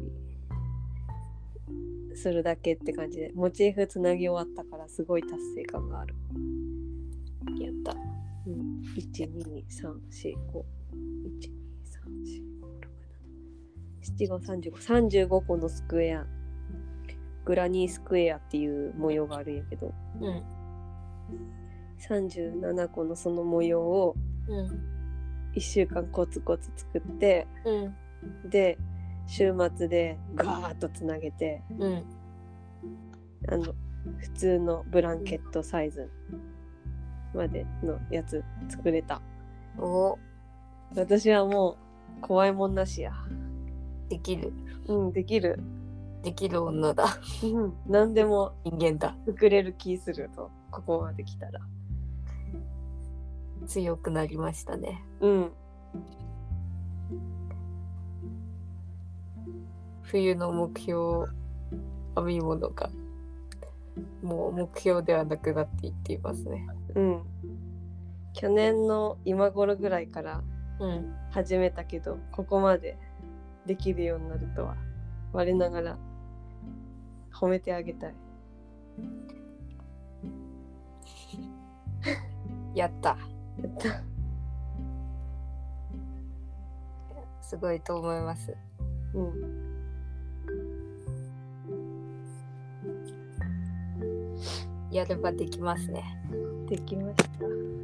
S1: するだけって感じで、モチーフつなぎ終わったからすごい達成感がある。
S2: やった、
S1: うん、いちにさんよんご いちにさんよんごろくなな ななごさんじゅうご さんじゅうごこのスクエア、グラニースクエアっていう模様があるんやけど、
S2: うん、
S1: さんじゅうななこのその模様をいっしゅうかんコツコツ作って、
S2: うん、
S1: で週末でガーッとつなげて、
S2: うん、
S1: あの普通のブランケットサイズまでのやつ作れた。
S2: お
S1: 私はもう怖いもんなしや。
S2: できる、
S1: うんできる
S2: できる女だ、
S1: うん、何でも
S2: 人間だ、
S1: 作れる気すると、ここまで来たら
S2: 強くなりましたね。
S1: うん。
S2: 冬の目標編み物がもう目標ではなくなっていっていますね。
S1: うん。去年の今頃ぐらいから
S2: うん
S1: 始めたけど、ここまでできるようになるとは我ながら褒めてあげたい。
S2: やった
S1: やった
S2: すごいと思います。
S1: うん。
S2: やればできますね。
S1: できました。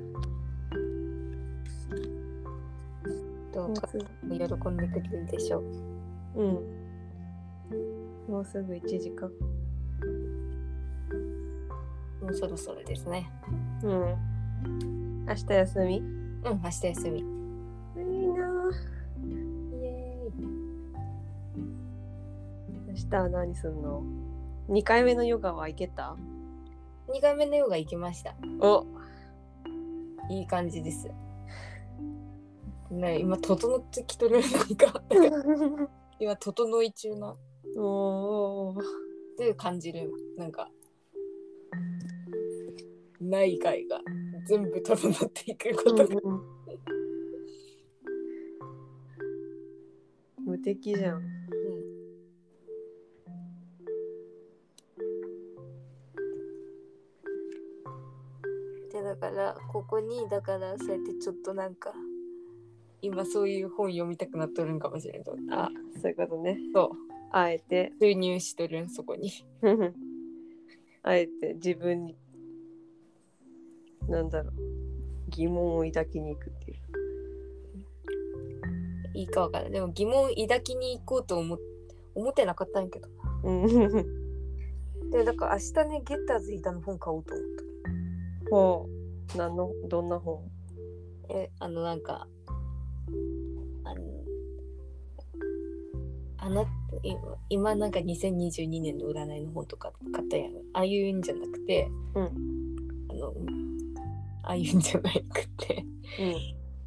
S2: どうか喜んでくれるでしょう。
S1: うん。もうすぐいちじかん。
S2: もうそろそろですね。
S1: うん。明日休み？
S2: うん、明日休み。いい
S1: な。
S2: イエーイ。
S1: 明日は何すんの？にかいめのヨガは行けた？
S2: にかいめのヨガ行きました。
S1: お、
S2: いい感じです。 ね、今整ってきとるなんか今整い中な
S1: おー
S2: っていう感じる。なんか内外が全部整っていくことが、
S1: うんうん、無敵じゃん。うん、
S2: でだからここにだからそうやってちょっとなんか今そういう本読みたくなっとるんかもしれんと。
S1: あ、そういうことね。
S2: そう
S1: あえて
S2: 注入しとるんそこに
S1: あえて自分になんだろう疑問を抱きに行くっていう。
S2: いいかわからない。でも疑問抱きに行こうと思思ってなかったんやけどでだから明日ねゲッターズ飯田の本買おうと思った。
S1: ほう、何のどんな本？
S2: えあのなんかあのあな今, 今なんかにせんにじゅうにねんの占いの本とか買ったやん。ああいうんじゃなくて、
S1: うん、
S2: あのああいうんじゃなくて、
S1: うん、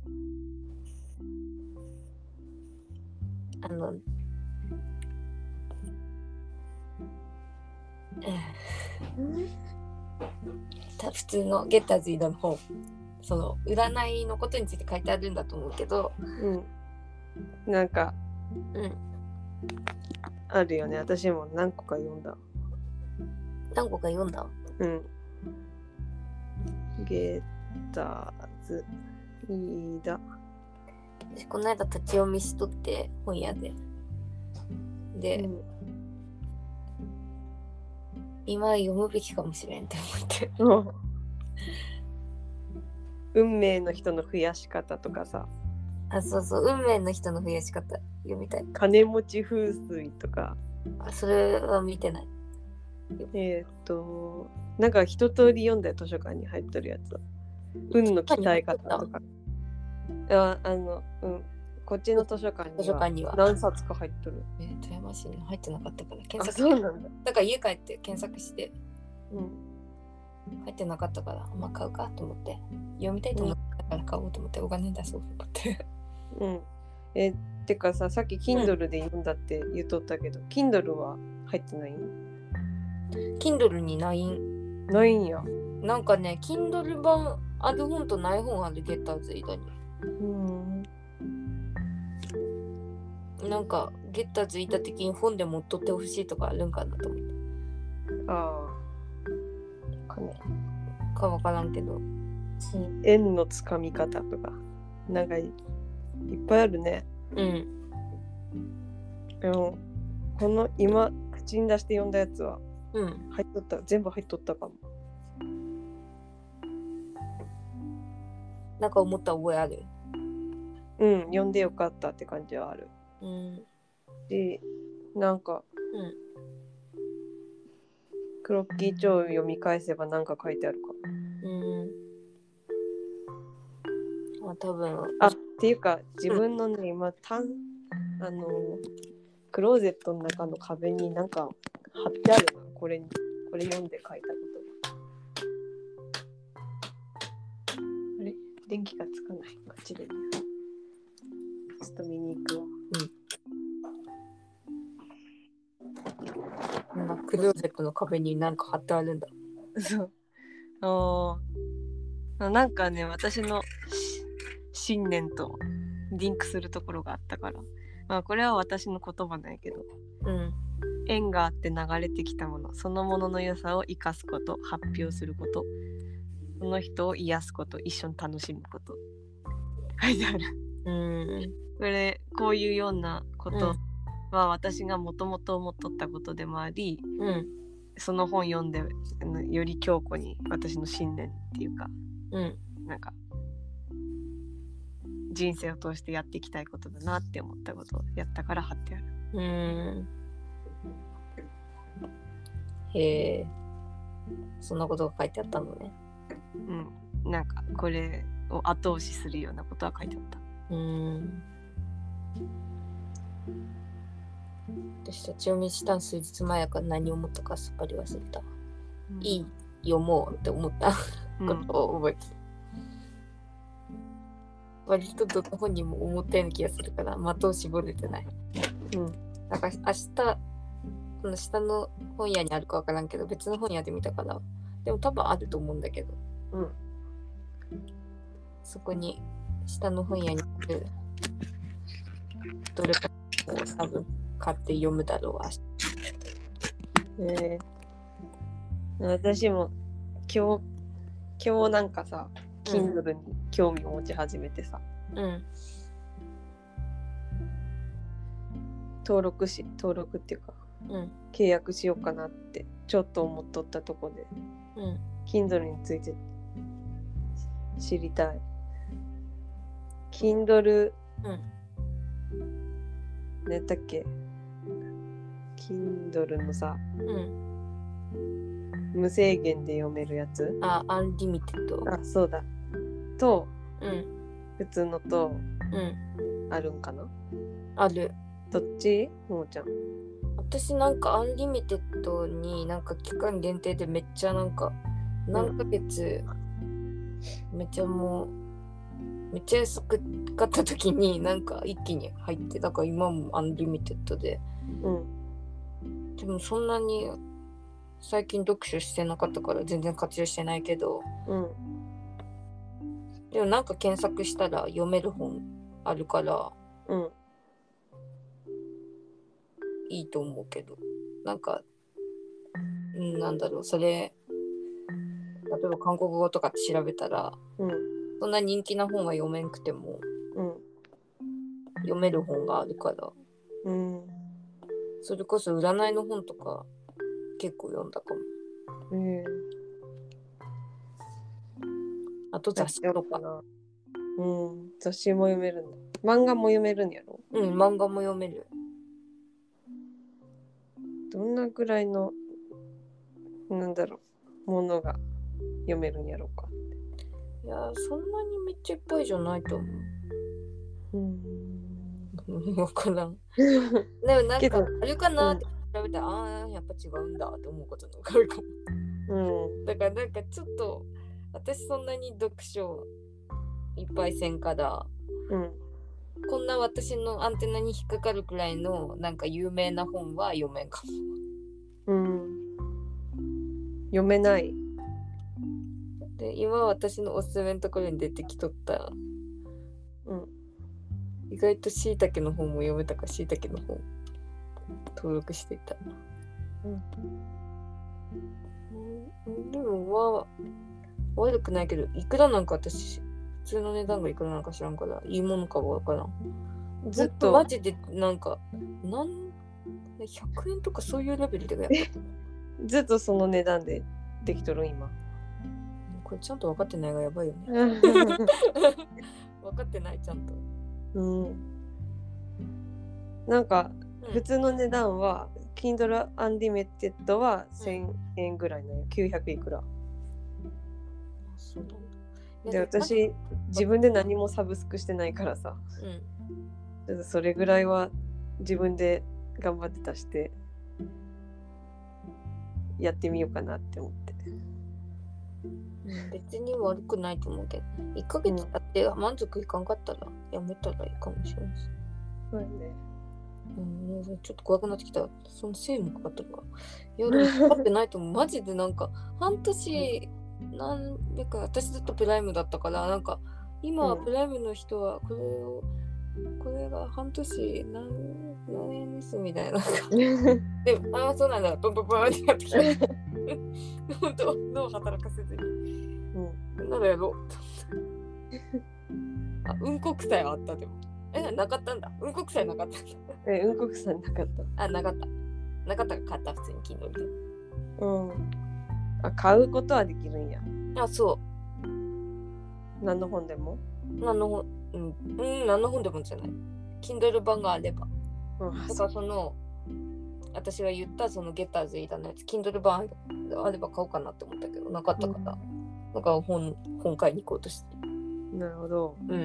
S2: あの普通のゲッターズ飯田の本、その占いのことについて書いてあるんだと思うけど、
S1: うん、なんか、
S2: うん、
S1: あるよね。私も何個か読んだ。
S2: 何個か読んだ。
S1: うん。ゲッターズ飯田。
S2: 私この間立ち読みしとって本屋で。で、うん、今読むべきかもしれんって思って。
S1: 運命の人の増やし方とかさ。
S2: あ、そうそう、運命の人の増やし方読みたい。
S1: 金持ち風水とか。
S2: あ、それは見てない。
S1: えー、っとなんか一通り読んだよ、図書館に入っとるやつ。運の鍛え方とか。あ、あの、うん。こっちの図書館には何冊か入っとる。
S2: えー、富山市に入ってなかったから検索。
S1: あ、そうなんだ。
S2: だから家帰って検索して、
S1: うん、
S2: 入ってなかったから、まあ買うかと思って、読みたいと思ったから買おうと思って、お金出そうと思って。
S1: うん。え、てかさ、さっき Kindle で読んだって言っとったけど、うん、Kindle は入ってないん？
S2: Kindle にないん？
S1: ないんや。
S2: なんかね、Kindle 版ある本とない本ある、ゲッターズ飯田に。うん。なんかゲッターズ飯田的に本で持っとってほしいとかあるんかなと思って。
S1: ああ。かね。
S2: かわからんけど。
S1: 円のつかみ方とか。なんかい、いっぱいあるね。
S2: うん。
S1: でも、この今、口に出して読んだやつは、
S2: うん。
S1: 入っとった、全部入っとったかも。
S2: なんか思った覚えある？
S1: うん、読んでよかったって感じはある。
S2: うん、
S1: で、なんか、
S2: うん、
S1: クロッキー帳を読み返せばなんか書いてあるか
S2: も。うん。あ、多分。
S1: あ、っていうか、自分のね、うん、今、たん、あの、クローゼットの中の壁になんか貼ってあるな。これに、これ読んで書いたことが。あれ？電気がつかない。こっちで。ちょっと見に行くわ。
S2: うん。なんかクローゼットの壁になんか貼ってあるんだ。
S1: そう。ああ。なんかね、私の信念とリンクするところがあったから。まあこれは私の言葉なんやけど。
S2: うん。縁
S1: があって流れてきたもの、そのものの良さを生かすこと、発表すること、その人を癒すこと、一緒に楽しむこと。書いてある。
S2: うん。
S1: これ、こういうようなことは私がもともと思っとったことでもあり、
S2: うん、
S1: その本読んでより強固に私の信念っていうか、
S2: うん、
S1: なんか人生を通してやっていきたいことだなって思ったことをやったから貼ってある。
S2: うん。へえ、そんなことが書いてあったのね。
S1: うん、なんかこれを後押しするようなことは書いてあった。
S2: うん。私立ち読みした数日前やから何を思ったかすっかり忘れた。うん、いい読もうって思ったことを覚えてる。 割とどの本にも思ったような気がするから的を絞れてない。うん。だから明日この下の本屋にあるか分からんけど別の本屋で見たから、でも多分あると思うんだけど、うん、そこに下の本屋にあるどれかを多分買って読むだろう。明日。
S1: えー、私も今日今日なんかさ、Kindle に興味を持ち始めてさ、うん、登録し登録っていうか、うん、契約しようかなってちょっと思っとったとこで、うん、Kindle について知りたい。Kindle、うん、何だっけ Kindle のさ、うん、無制限で読めるやつ、
S2: あ、アンリミテッド、
S1: あ、そうだと、うん、普通のと、うん、あるんかな。
S2: ある。
S1: どっち？ももちゃん。
S2: 私なんかアンリミテッドになんか期間限定でめっちゃなんか何ヶ月、うん、めっちゃもうめっちゃ安く買った時になんか一気に入って、だから今もアンリミテッドで、うん、でもそんなに最近読書してなかったから全然活用してないけど、うん、でもなんか検索したら読める本あるから、うん、いいと思うけど、なんか、うん、なんだろう、それ例えば韓国語とかって調べたら、うん、そんな人気な本は読めんくても、うん、読める本があるから、うん、それこそ占いの本とか結構読んだかも。うん、あと雑誌とか。
S1: うん、雑誌も読めるんだ。漫画も読めるんやろ？
S2: うん、漫画も読める。
S1: どんなぐらいのなんだろうものが読めるんやろうかって。
S2: いや、そんなにめっちゃいっぱいじゃないと思う。うん。わからん。でもなんかあれかなって調べたら、うん、ああやっぱ違うんだって思うことが分かるかも。うん。だからなんかちょっと私そんなに読書いっぱいせんから、うん、こんな私のアンテナに引っかかるくらいのなんか有名な本は読めんかも。うん。
S1: 読めない。
S2: で今私のおすすめのところに出てきとった、うん、意外としいたけの本も読めたからしいたけの本登録していた。うん。でもは悪くないけど、いくらなんか私普通の値段がいくらなんか知らんからいいものかわからん。ずっとマジでなんかなんひゃくえんとかそういうレベルでやった
S1: ずっとその値段でできとる今。
S2: これちゃんと分かってないがやばいよね。分かってないちゃんと。うん。
S1: なんか普通の値段は、うん、Kindle Unlimited はせんえんぐらいのよ、きゅうひゃくいくら。そうなんだ。で私自分で何もサブスクしてないからさ、うん、ちょっとそれぐらいは自分で頑張って出してやってみようかなって思って。
S2: 別に悪くないと思うけど、いっかげつ経って満足いかんかったらやめたらいいかもしれないです。
S1: そうやね。
S2: うん、ちょっと怖くなってきた。そのせいもかかったから。いや、でもかかってないと思う。マジでなんか半年なんでか、私ずっとプライムだったから、なんか今はプライムの人はこれを、うん、これが半年何何円ですみたいな。で、ああそうなんだ、ブンブンブンってやってきた。本当脳働かせずに、うん、なんだやろあ、うんこ臭いあったでもえなかったんだ、うんこ臭いなかったんだ
S1: えうんこ臭いなかった、
S2: あなかったなかったから買った、普通にKindleで。
S1: うん、あ買うことはできるんや。
S2: あ、そう
S1: 何の本でも
S2: 何の本、うん、うん、何の本でもじゃない、Kindle 版があれば、うん、だからその私が言ったそのゲッターズイーダのやつ Kindle 版あれば買おうかなって思ったけどなかったから、うん、だから本本買いに行こうとして。
S1: なるほど。うん。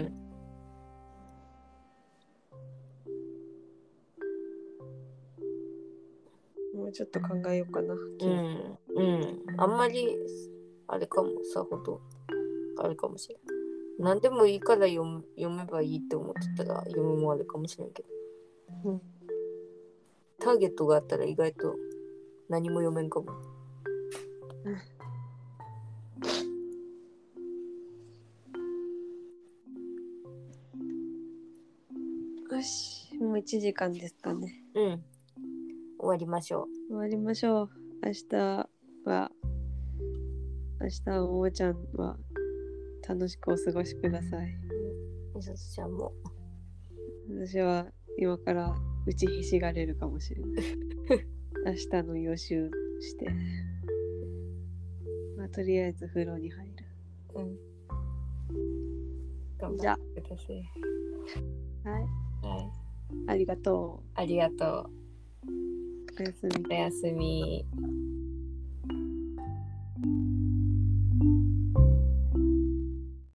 S1: もうちょっと考えようかな。
S2: うんうん。あんまりあれかもさほどあれかもしれない。 何でもいいから読む読めばいいって思ってたら読むもあるかもしれんけど、うん、ターゲットがあったら意外と何も読めんかも、
S1: うん、よし、もういちじかんですかね。
S2: うん、終わりましょ
S1: う終わりましょう。明日は明日はおばちゃんは楽しくお過ごしください。
S2: みさつちゃんも。
S1: 私は今から打ちひしがれるかもしれない。明日の予習して、まあ、とりあえず風呂に入る。うん。
S2: 頑張ってください。
S1: はい。
S2: はい。
S1: ありがとう。
S2: ありがとう。
S1: おやすみ。
S2: おやすみ。